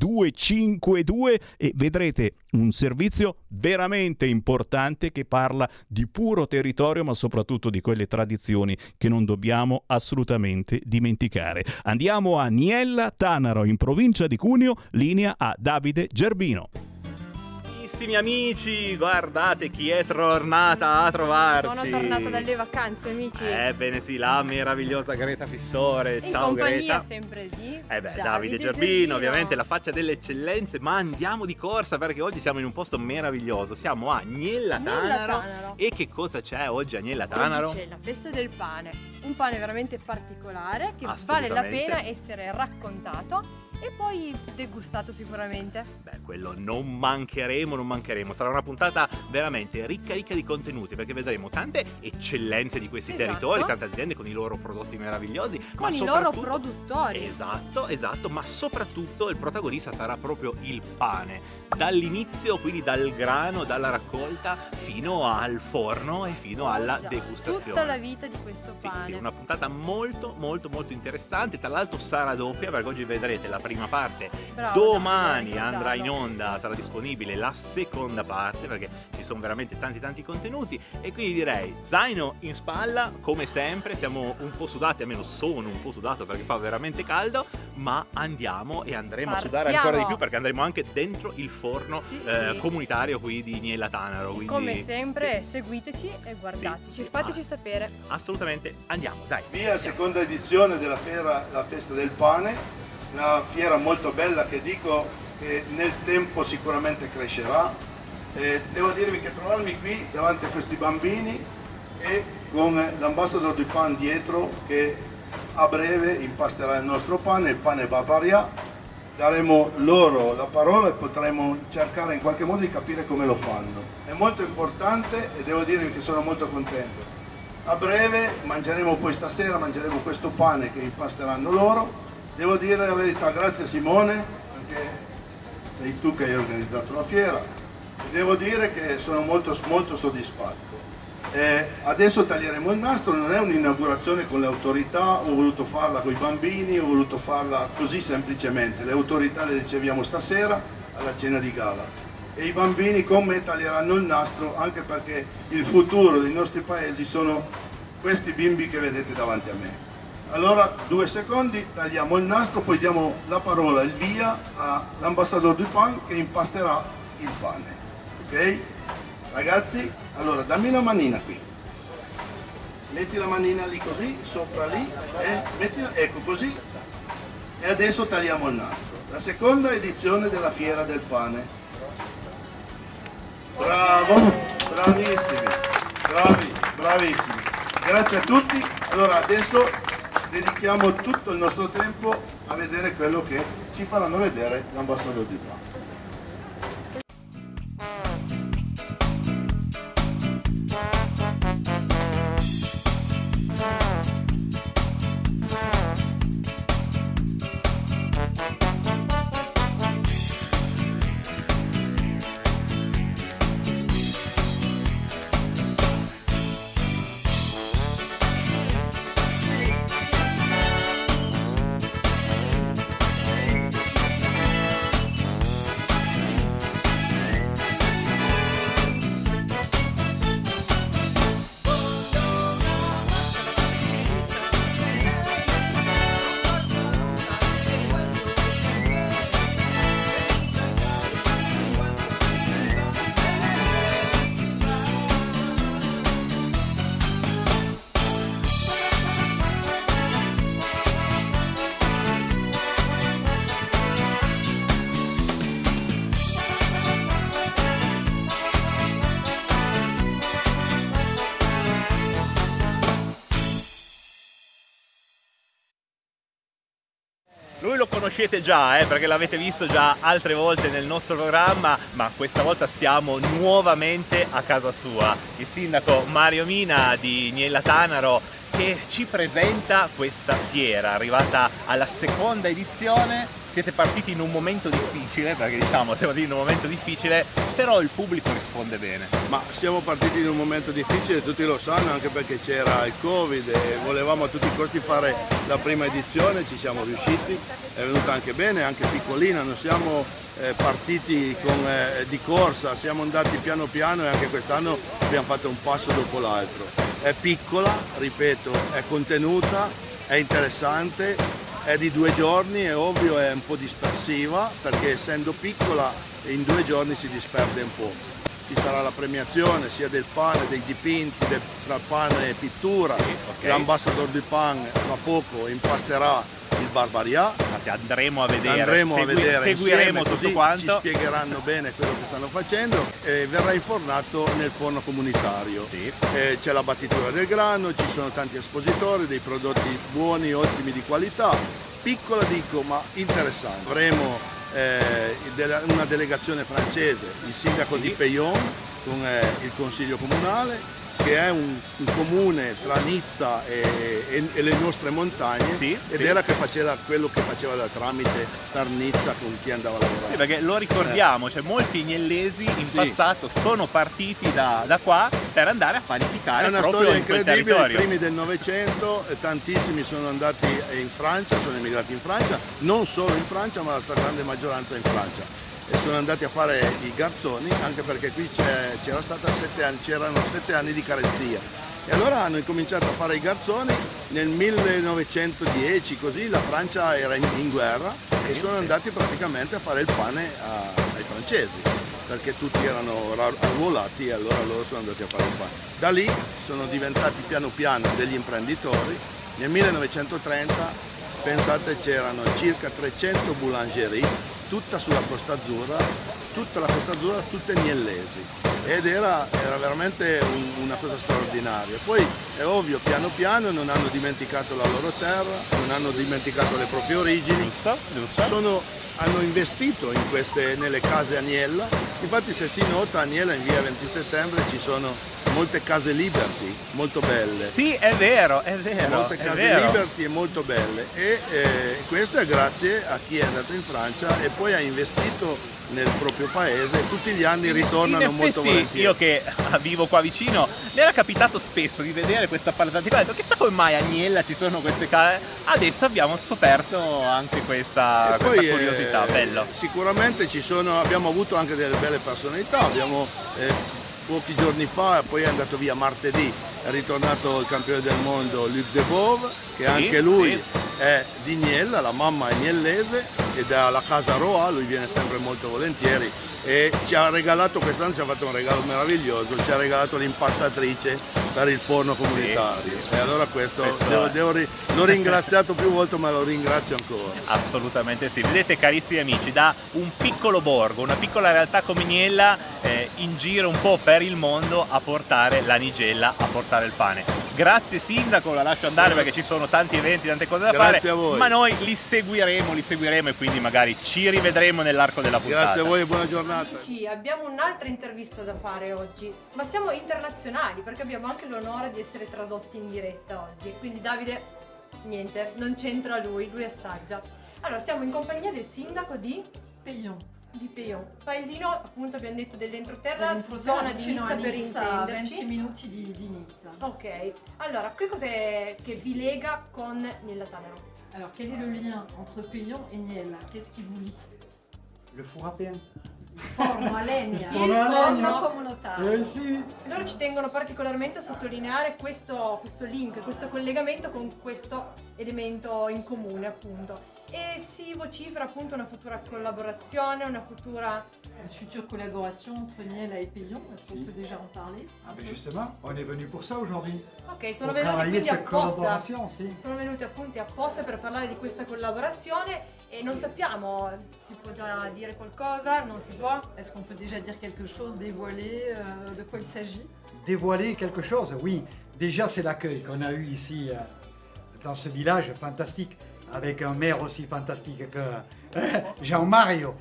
252 e vedrete un servizio veramente importante che parla di puro territorio, ma soprattutto di quelle tradizioni che non dobbiamo assolutamente dimenticare. Andiamo a Niella Tanaro in provincia di Cuneo, linea a Davide Gerbino. Carissimi amici, guardate chi è tornata a trovarci. Sono tornata dalle vacanze, amici. Bene sì, la meravigliosa Greta Fissore. Ciao Greta. In compagnia sempre di Davide Gerbino, ovviamente la faccia delle eccellenze, ma andiamo di corsa perché oggi siamo in un posto meraviglioso. Siamo a Niella Tanaro. E che cosa c'è oggi a Niella Tanaro? Oggi c'è la festa del pane, un pane veramente particolare che vale la pena essere raccontato e poi degustato sicuramente. Quello non mancheremo. Sarà una puntata veramente ricca di contenuti, perché vedremo tante eccellenze di questi territori, tante aziende con i loro prodotti meravigliosi, con i loro produttori. Esatto, ma soprattutto il protagonista sarà proprio il pane. Dall'inizio, quindi dal grano, dalla raccolta fino al forno e fino alla degustazione. Tutta la vita di questo pane. Sì, una puntata molto interessante. Tra l'altro sarà doppia, perché oggi vedrete la prima parte. Domani andrà in onda, sarà disponibile la seconda parte, perché ci sono veramente tanti contenuti. E quindi direi zaino in spalla, come sempre. Siamo un po' sudati, almeno sono un po' sudato perché fa veramente caldo, ma andremo a sudare ancora di più, perché andremo anche dentro il forno comunitario qui di Niella Tanaro. Quindi, come sempre seguiteci e guardateci, fateci sapere. Assolutamente, andiamo, dai. Via seconda edizione della fiera, la festa del pane, una fiera molto bella che dico che nel tempo sicuramente crescerà. Devo dirvi che trovarmi qui davanti a questi bambini e con l'ambassador du pan dietro, che a breve impasterà il nostro pane, il pane Barbaria, daremo loro la parola e potremo cercare in qualche modo di capire come lo fanno. È molto importante e devo dirvi che sono molto contento. A breve mangeremo poi stasera, mangeremo questo pane che impasteranno loro. Devo dire la verità, grazie Simone, perché sei tu che hai organizzato la fiera. E devo dire che sono molto soddisfatto. Adesso taglieremo il nastro, non è un'inaugurazione con le autorità, ho voluto farla con i bambini, ho voluto farla così semplicemente. Le autorità le riceviamo stasera alla cena di gala e i bambini con me taglieranno il nastro, anche perché il futuro dei nostri paesi sono questi bimbi che vedete davanti a me. Allora 2 secondi, tagliamo il nastro, poi diamo la parola, il via all'ambassador Dupin che impasterà il pane, ok? Ragazzi, allora dammi una manina qui, metti la manina lì così, sopra lì, mettila, ecco così, e adesso tagliamo il nastro. La seconda edizione della Fiera del Pane. Bravo, bravissimi, bravissimi. Grazie a tutti. Allora adesso dedichiamo tutto il nostro tempo a vedere quello che ci faranno vedere l'ambassador di qua. Lui lo conoscete già, perché l'avete visto già altre volte nel nostro programma, ma questa volta siamo nuovamente a casa sua. Il sindaco Mario Mina di Niella Tanaro che ci presenta questa fiera, arrivata alla seconda edizione. Siete partiti in un momento difficile, perché diciamo, siamo in un momento difficile, però il pubblico risponde bene. Ma siamo partiti in un momento difficile, tutti lo sanno, anche perché c'era il Covid e volevamo a tutti i costi fare la prima edizione, ci siamo riusciti, è venuta anche bene, anche piccolina, non siamo partiti di corsa, siamo andati piano piano e anche quest'anno abbiamo fatto un passo dopo l'altro. È piccola, ripeto, è contenuta, è interessante. È di 2 giorni, è ovvio, è un po' dispersiva perché essendo piccola in 2 giorni si disperde un po'. Ci sarà la premiazione sia del pane, dei dipinti, tra pane e pittura. Okay. L'ambassador du Pan tra poco impasterà il Barbarià. Andremo a vedere, insieme, seguiremo tutto quanto. Ci spiegheranno bene quello che stanno facendo e verrà infornato nel forno comunitario. Sì. C'è la battitura del grano, ci sono tanti espositori, dei prodotti buoni, ottimi di qualità. Piccola dico, ma interessante. Avremo una delegazione francese, il sindaco di Peillon con il consiglio comunale, che è un comune tra Nizza e le nostre montagne, ed era che faceva quello che faceva da tramite per Nizza con chi andava a lavorare. Sì, perché lo ricordiamo, cioè molti ignellesi in passato sono partiti da qua per andare a panificare proprio in quel territorio. È una storia incredibile, ai primi del Novecento tantissimi sono andati in Francia, sono emigrati in Francia, non solo in Francia ma la stragrande maggioranza in Francia. E sono andati a fare i garzoni, anche perché qui c'erano 7 anni di carestia. E allora hanno incominciato a fare i garzoni nel 1910, così la Francia era in guerra e sono andati praticamente a fare il pane ai francesi, perché tutti erano arruolati e allora loro sono andati a fare il pane. Da lì sono diventati piano piano degli imprenditori. Nel 1930, pensate, c'erano circa 300 boulangerie, tutta sulla Costa Azzurra, tutta la Costa Azzurra, tutte agnellesi, ed era veramente una cosa straordinaria. Poi è ovvio, piano piano non hanno dimenticato la loro terra, non hanno dimenticato le proprie origini, hanno investito nelle case Agnella. Infatti se si nota, Agnella in via 20 settembre ci sono molte case Liberty molto belle. Sì, è vero. Molte case Liberty e molto belle, e questo è grazie a chi è andato in Francia e poi ha investito nel proprio paese, e tutti gli anni ritornano molto volentieri. Io che vivo qua vicino, mi era capitato spesso di vedere questa parte qua, ho detto chissà come mai a Agnella ci sono queste case. Adesso abbiamo scoperto anche questa curiosità, bello. Sicuramente abbiamo avuto anche delle belle personalità, pochi giorni fa, poi è andato via martedì, è ritornato il campione del mondo Luc Debove, che anche lui è di Agnella, la mamma è agnellese ed è alla Casa Roa, lui viene sempre molto volentieri, e ci ha regalato, quest'anno ci ha fatto un regalo meraviglioso, ci ha regalato l'impastatrice per il forno comunitario, e allora questo l'ho ringraziato più volte, ma lo ringrazio ancora. Assolutamente sì. Vedete, carissimi amici, da un piccolo borgo, una piccola realtà come Agnella, in giro un po' per il mondo a portare la nigella, a portare il pane. Grazie sindaco, la lascio andare perché ci sono tanti eventi, tante cose da fare, a voi. Ma noi li seguiremo e quindi magari ci rivedremo nell'arco della puntata. Grazie a voi e buona giornata. Abbiamo un'altra intervista da fare oggi, ma siamo internazionali perché abbiamo anche l'onore di essere tradotti in diretta oggi, quindi Davide, niente, non c'entra lui assaggia. Allora, siamo in compagnia del sindaco di Peillon, paesino, appunto abbiamo detto dell'entroterra, zona di Nizza per intenderci. 20 minuti di Nizza. Ok, allora, che cos'è che vi lega con Agnella Tanaro? Alors, quel est le lien entre Peillon et Agnella? Qu'est-ce qui vous lie? Le four à pain. Il forno a legna. Il forno comunitario. Sì. Loro ci tengono particolarmente a sottolineare questo link, questo collegamento con questo elemento in comune, appunto. E si vocifera appunto una futura collaborazione, una future collaboration entre Agnella et Peillon. Est-ce qu'on peut déjà en parler? Justement, on est venu pour ça aujourd'hui. Ok, sono venuti quindi apposta. Sono venuti appunti apposta per parlare di questa collaborazione. Et non sappiamo, si può già dire qualcosa, non si può? Est-ce qu'on peut déjà dire quelque chose, dévoiler de quoi il s'agit? Dévoiler quelque chose, oui. Déjà, c'est l'accueil qu'on a eu ici, dans ce village fantastique, avec un maire aussi fantastique que Jean-Mario.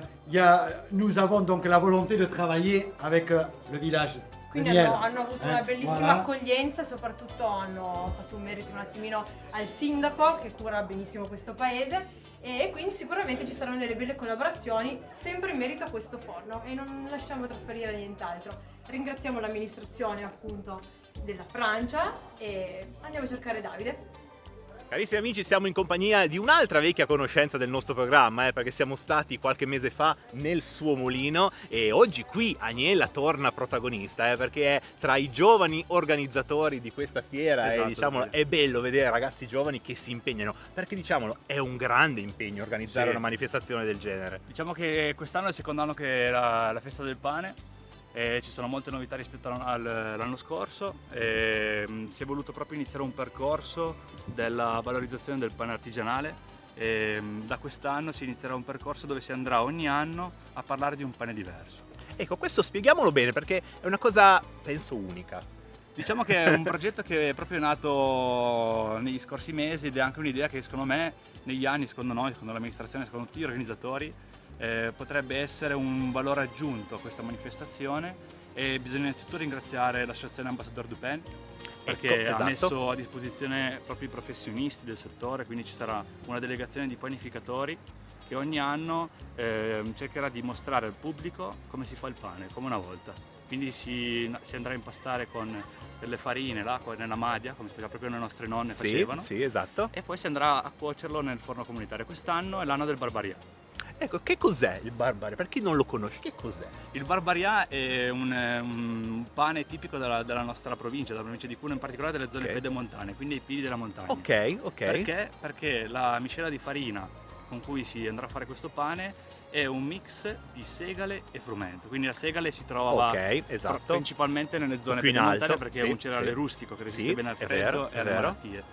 Nous avons donc la volonté de travailler avec le village. Quindi hanno avuto una bellissima accoglienza e soprattutto hanno fatto un merito un attimino al sindaco che cura benissimo questo paese, e quindi sicuramente ci saranno delle belle collaborazioni sempre in merito a questo forno, e non lasciamo trasparire nient'altro. Ringraziamo l'amministrazione appunto della Francia e andiamo a cercare Davide. Carissimi amici, siamo in compagnia di un'altra vecchia conoscenza del nostro programma, perché siamo stati qualche mese fa nel suo mulino, e oggi qui Agnella torna protagonista, perché è tra i giovani organizzatori di questa fiera. Esatto, e diciamolo, è bello vedere ragazzi giovani che si impegnano, perché diciamolo, è un grande impegno organizzare una manifestazione del genere. Diciamo che quest'anno è il secondo anno che è la festa del pane. Ci sono molte novità rispetto all'anno scorso, si è voluto proprio iniziare un percorso della valorizzazione del pane artigianale, e da quest'anno si inizierà un percorso dove si andrà ogni anno a parlare di un pane diverso. Ecco, questo spieghiamolo bene, perché è una cosa, penso, unica. Diciamo che è un progetto che è proprio nato negli scorsi mesi, ed è anche un'idea che secondo me negli anni, secondo noi, secondo l'amministrazione, secondo tutti gli organizzatori, potrebbe essere un valore aggiunto a questa manifestazione. E bisogna innanzitutto ringraziare l'associazione Ambassadeur du Pain, perché ha messo a disposizione proprio i professionisti del settore, quindi ci sarà una delegazione di panificatori che ogni anno cercherà di mostrare al pubblico come si fa il pane, come una volta. Quindi si andrà a impastare con delle farine, l'acqua nella madia, come proprio le nostre nonne facevano. Sì, esatto. E poi si andrà a cuocerlo nel forno comunitario. Quest'anno è l'anno del Barbaria. Ecco, che cos'è il Barbaria? Per chi non lo conosce, che cos'è? Il Barbaria è un pane tipico della nostra provincia, della provincia di Cuneo, in particolare delle zone pedemontane, quindi ai piedi della montagna. Ok. Perché la miscela di farina con cui si andrà a fare questo pane è un mix di segale e frumento. Quindi la segale si trova principalmente nelle zone pedemontane, perché è un cereale rustico che resiste bene al freddo e alle malattie.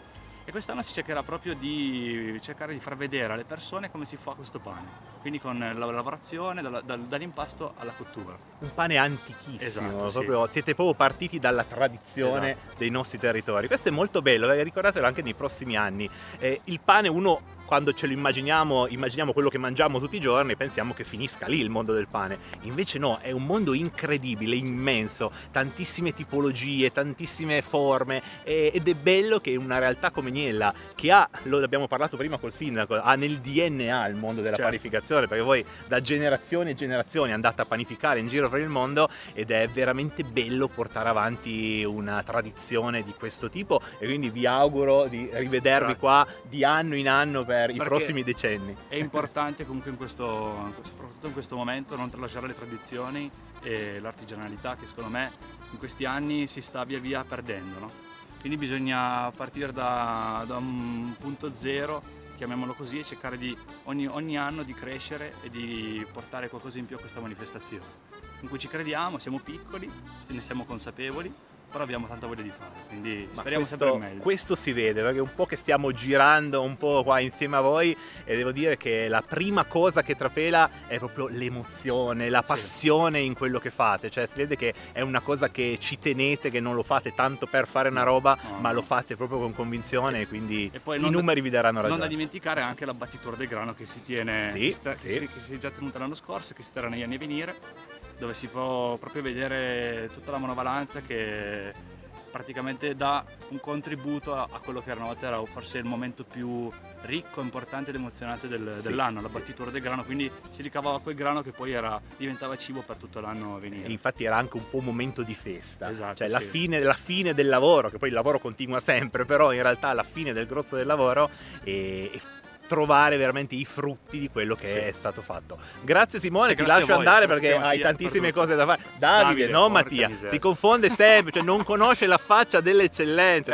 E quest'anno si cercherà proprio di cercare di far vedere alle persone come si fa questo pane, quindi con la lavorazione dall'impasto alla cottura. Un pane antichissimo, esatto, proprio, siete proprio partiti dalla tradizione dei nostri territori. Questo è molto bello, ricordatelo anche nei prossimi anni. Il pane, uno quando ce lo immaginiamo quello che mangiamo tutti i giorni, pensiamo che finisca lì il mondo del pane. Invece no, è un mondo incredibile, immenso, tantissime tipologie, tantissime forme, ed è bello che una realtà come Niella, che ha, lo abbiamo parlato prima col sindaco, ha nel DNA il mondo della panificazione, perché voi da generazioni e generazioni andate a panificare in giro per il mondo, ed è veramente bello portare avanti una tradizione di questo tipo, e quindi vi auguro di rivedervi qua di anno in anno per i prossimi decenni. È importante comunque soprattutto in questo momento non tralasciare le tradizioni e l'artigianalità, che secondo me in questi anni si sta via via perdendo, no? Quindi bisogna partire da un punto zero, chiamiamolo così, e cercare di ogni anno di crescere e di portare qualcosa in più a questa manifestazione, in cui ci crediamo, siamo piccoli, ne siamo consapevoli, però abbiamo tanta voglia di fare, quindi speriamo sempre il meglio. Questo si vede, perché un po' che stiamo girando un po' qua insieme a voi, e devo dire che la prima cosa che trapela è proprio l'emozione, la passione in quello che fate, cioè si vede che è una cosa che ci tenete, che non lo fate tanto per fare una roba, ma lo fate proprio con convinzione, e quindi i numeri vi daranno ragione. Non da dimenticare anche la battitura del grano che si tiene, che si è già tenuta l'anno scorso e che si terrà negli anni a venire, dove si può proprio vedere tutta la manovalanza che praticamente dà un contributo a quello che una volta era forse il momento più ricco, importante ed emozionante dell'anno, la battitura del grano, quindi si ricavava quel grano che poi diventava cibo per tutto l'anno a venire. E infatti era anche un po' un momento di festa, esatto, cioè la fine del lavoro, che poi il lavoro continua sempre, però in realtà la fine del grosso del lavoro e trovare veramente i frutti di quello che è stato fatto. Grazie Simone, ti lascio andare perché hai tantissime cose da fare. Davide, no Mattia, si confonde sempre, cioè non conosce la faccia delle eccellenze,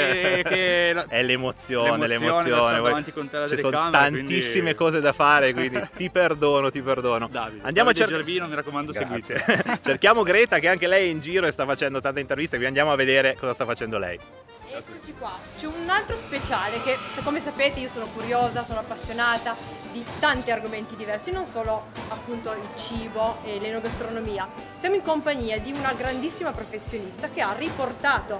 è l'emozione. Ci sono tantissime cose da fare, quindi ti perdono. Davide, andiamo a Gervino, mi raccomando, seguite. Cerchiamo Greta, che anche lei è in giro e sta facendo tante interviste, quindi andiamo a vedere cosa sta facendo lei. Eccoci qua, c'è un altro speciale che, come sapete, io sono curiosa, sono appassionata di tanti argomenti diversi, non solo appunto il cibo e l'enogastronomia. Siamo in compagnia di una grandissima professionista che ha riportato,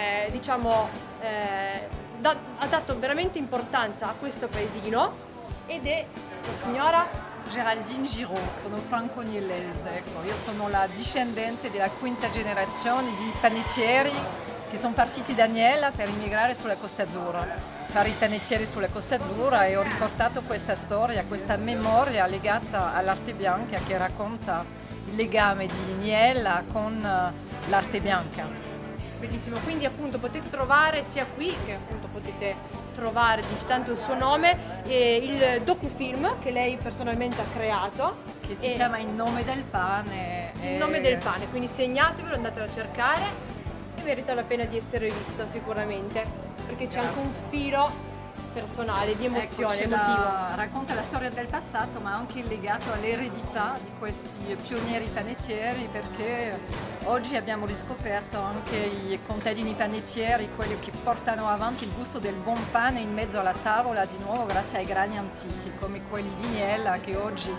ha dato veramente importanza a questo paesino, ed è la signora Geraldine Giraud, sono franco-niellese, ecco. Io sono la discendente della quinta generazione di panettieri che sono partiti da Niella per immigrare sulla Costa Azzurra, fare i panettieri sulla Costa Azzurra, e ho riportato questa storia, questa memoria legata all'arte bianca che racconta il legame di Niella con l'arte bianca. Bellissimo, quindi appunto potete trovare sia qui che appunto potete trovare digitando il suo nome il docufilm che lei personalmente ha creato, che si chiama Il nome del pane. Il nome del pane, quindi segnatevelo, andatelo a cercare. Merita la pena di essere visto sicuramente, perché c'è anche un filo personale di emozione, emotivo. Racconta la storia del passato, ma anche legato all'eredità di questi pionieri panettieri, perché oggi abbiamo riscoperto anche i contadini panettieri, quelli che portano avanti il gusto del buon pane in mezzo alla tavola, di nuovo grazie ai grani antichi come quelli di Niella, che oggi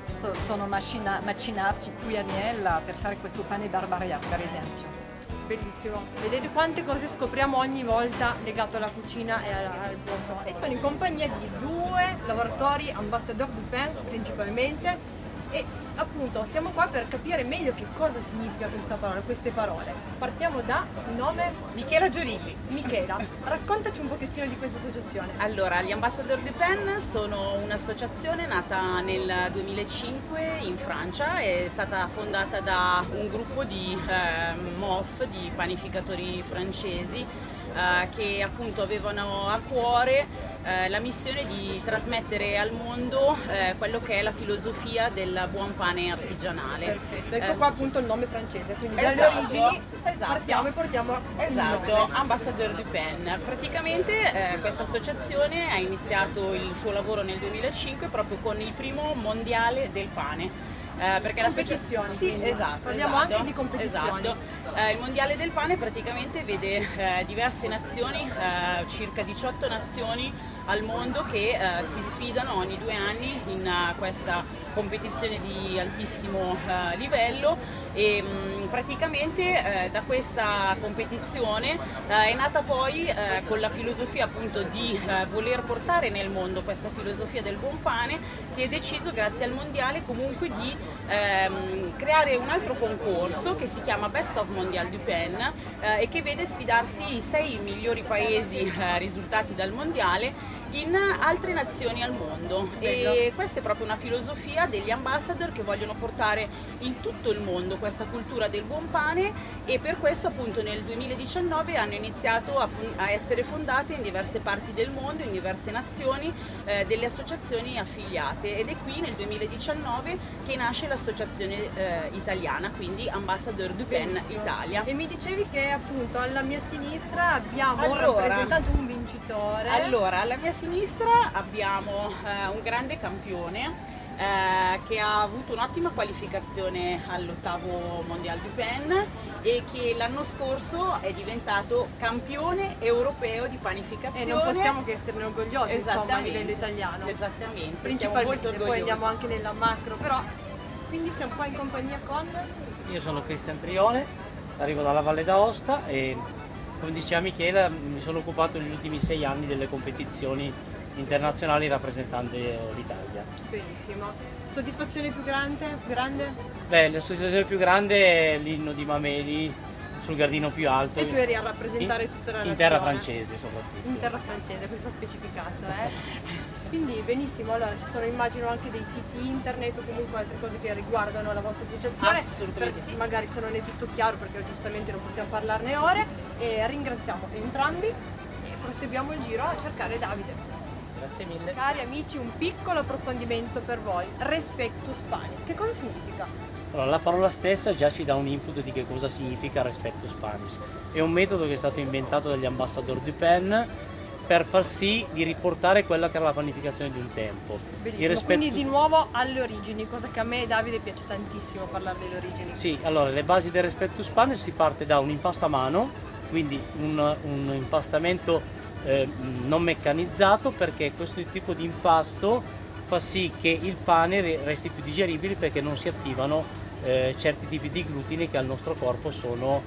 sono macinati qui a Niella per fare questo pane Barbaria, per esempio. Bellissimo, vedete quante cose scopriamo ogni volta legato alla cucina e al buon. E sono in compagnia di 2 lavoratori ambassadeur du pain principalmente, e appunto siamo qua per capire meglio che cosa significa queste parole. Partiamo da nome Michela Giorigli. Michela, raccontaci un pochettino di questa associazione. Allora, gli Ambassadeur du Pain sono un'associazione nata nel 2005 in Francia, è stata fondata da un gruppo di MOF, di panificatori francesi, che appunto avevano a cuore la missione di trasmettere al mondo quello che è la filosofia del buon pane artigianale. Perfetto, ecco qua appunto il nome francese, quindi dalle origini partiamo e portiamo il nome. Ambassadeur du Pain. Praticamente questa associazione ha iniziato il suo lavoro nel 2005 proprio con il primo mondiale del pane. perché la competizioni, sì, quindi. esatto. Parliamo anche di competizioni. Esatto. Il mondiale del pane praticamente vede diverse nazioni, circa 18 nazioni al mondo che si sfidano ogni 2 anni in questa competizione di altissimo livello e praticamente da questa competizione è nata poi con la filosofia appunto di voler portare nel mondo questa filosofia del buon pane. Si è deciso grazie al mondiale comunque di creare un altro concorso che si chiama Best of Mondial du Pain e che vede sfidarsi i 6 migliori paesi risultati dal mondiale in altre nazioni al mondo. E questa è proprio una filosofia degli ambassador che vogliono portare in tutto il mondo questa cultura del buon pane e per questo appunto nel 2019 hanno iniziato a essere fondate in diverse parti del mondo, in diverse nazioni, delle associazioni affiliate ed è qui nel 2019 che nasce l'associazione italiana, quindi Ambassador du Pain Italia. E mi dicevi che appunto alla mia sinistra abbiamo rappresentato un vincitore. Allora, alla mia sinistra abbiamo un grande campione che ha avuto un'ottima qualificazione all'8° Mondial du Pain e che l'anno scorso è diventato campione europeo di panificazione. E non possiamo che esserne orgogliosi, insomma, a livello italiano. Esattamente. Principalmente, poi andiamo anche nella macro, però quindi siamo qua in compagnia con... Io sono Cristian Trione, arrivo dalla Valle d'Aosta e come diceva Michela mi sono occupato negli ultimi 6 anni delle competizioni internazionali rappresentando l'Italia. Benissimo. Soddisfazione più grande? Beh, la soddisfazione più grande è l'inno di Mameli sul gradino più alto. E tu eri a rappresentare tutta la nazione. In terra francese soprattutto. In terra francese, questo specificato, Quindi benissimo, allora ci sono immagino anche dei siti internet o comunque altre cose che riguardano la vostra associazione. Assolutamente sì. Magari se non è tutto chiaro perché giustamente non possiamo parlarne ore e ringraziamo entrambi e proseguiamo il giro a cercare Davide. Grazie mille. Cari amici, un piccolo approfondimento per voi. Respectus Pani. Che cosa significa? Allora, la parola stessa già ci dà un input di che cosa significa Respectus Panis. È un metodo che è stato inventato dagli ambassador du Pain per far sì di riportare quella che era la panificazione di un tempo. Bellissimo, quindi di nuovo alle origini, cosa che a me e Davide piace tantissimo parlare delle origini. Sì, allora le basi del Respectus Panis si parte da un impasto a mano, quindi un impastamento non meccanizzato, perché questo tipo di impasto fa sì che il pane resti più digeribile perché non si attivano certi tipi di glutine che al nostro corpo sono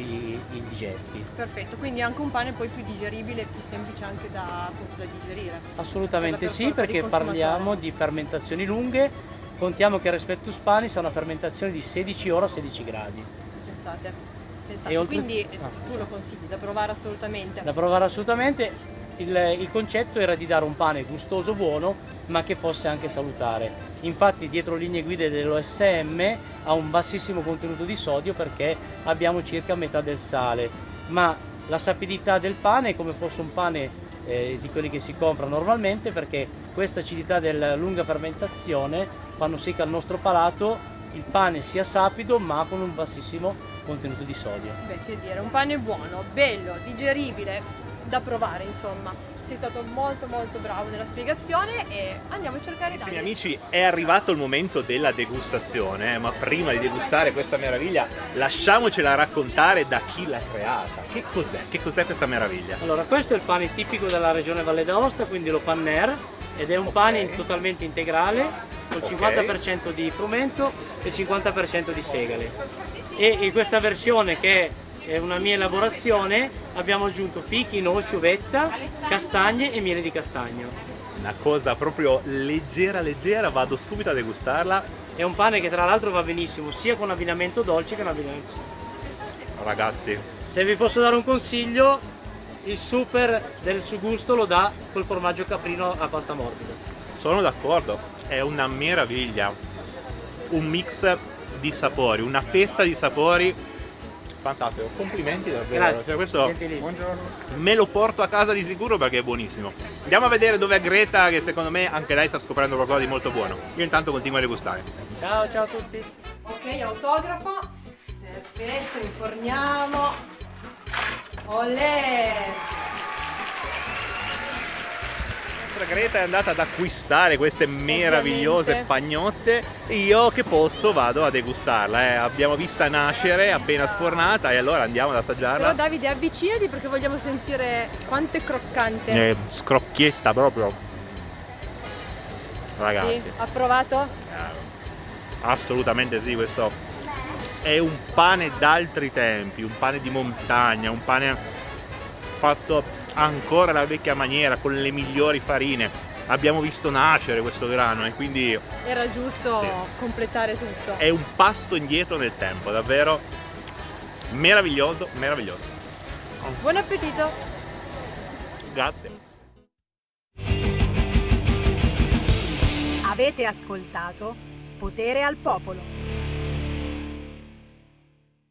indigesti. Perfetto, quindi anche un pane poi più digeribile e più semplice anche da digerire. Assolutamente sì, perché parliamo di fermentazioni lunghe, contiamo che il Respectus Panis ha una fermentazione di 16 ore a 16 gradi. Pensate. Quindi tu lo consigli da provare assolutamente? Da provare assolutamente. Il concetto era di dare un pane gustoso, buono, ma che fosse anche salutare. Infatti dietro linee guida dell'OSM ha un bassissimo contenuto di sodio perché abbiamo circa metà del sale, ma la sapidità del pane è come fosse un pane di quelli che si compra normalmente, perché questa acidità della lunga fermentazione fanno sì che al nostro palato il pane sia sapido ma con un bassissimo contenuto di sodio. Beh, che dire, un pane buono, bello, digeribile, da provare insomma. Sei stato molto bravo nella spiegazione e andiamo a cercare Davide. Amici, è arrivato il momento della degustazione, ma prima di degustare questa meraviglia lasciamocela raccontare da chi l'ha creata. Che cos'è? Che cos'è questa meraviglia? Allora, questo è il pane tipico della regione Valle d'Aosta, quindi lo panner, ed è un pane totalmente integrale col 50% di frumento e il 50% di segale. E in questa versione, che è una mia elaborazione, abbiamo aggiunto fichi, noci, uvetta, castagne e miele di castagno. Una cosa proprio leggera, vado subito a degustarla. È un pane che tra l'altro va benissimo sia con abbinamento dolce che con abbinamento salato. Ragazzi, se vi posso dare un consiglio, il super del suo gusto lo dà col formaggio caprino a pasta morbida. Sono d'accordo, è una meraviglia, un mix di sapori, una festa di sapori, fantastico, complimenti davvero. Grazie, cioè, questo buongiorno. Me lo porto a casa di sicuro perché è buonissimo. Andiamo a vedere dov'è Greta, che secondo me anche lei sta scoprendo qualcosa di molto buono. Io intanto continuo a degustare. Ciao a tutti. Ok, autografo, perfetto, inforniamo. Olè! nostra Greta è andata ad acquistare queste meravigliose pagnotte, io che posso vado a degustarla. Abbiamo vista nascere appena sfornata e allora andiamo ad assaggiarla. Però Davide, avvicinati perché vogliamo sentire quanto è croccante. Scrocchietta proprio. Ragazzi. Sì, ha provato? Assolutamente sì, questo è un pane d'altri tempi, un pane di montagna, un pane fatto ancora alla vecchia maniera, con le migliori farine. Abbiamo visto nascere questo grano e quindi era giusto completare tutto. È un passo indietro nel tempo, davvero meraviglioso, meraviglioso. Buon appetito! Grazie. Avete ascoltato Potere al Popolo.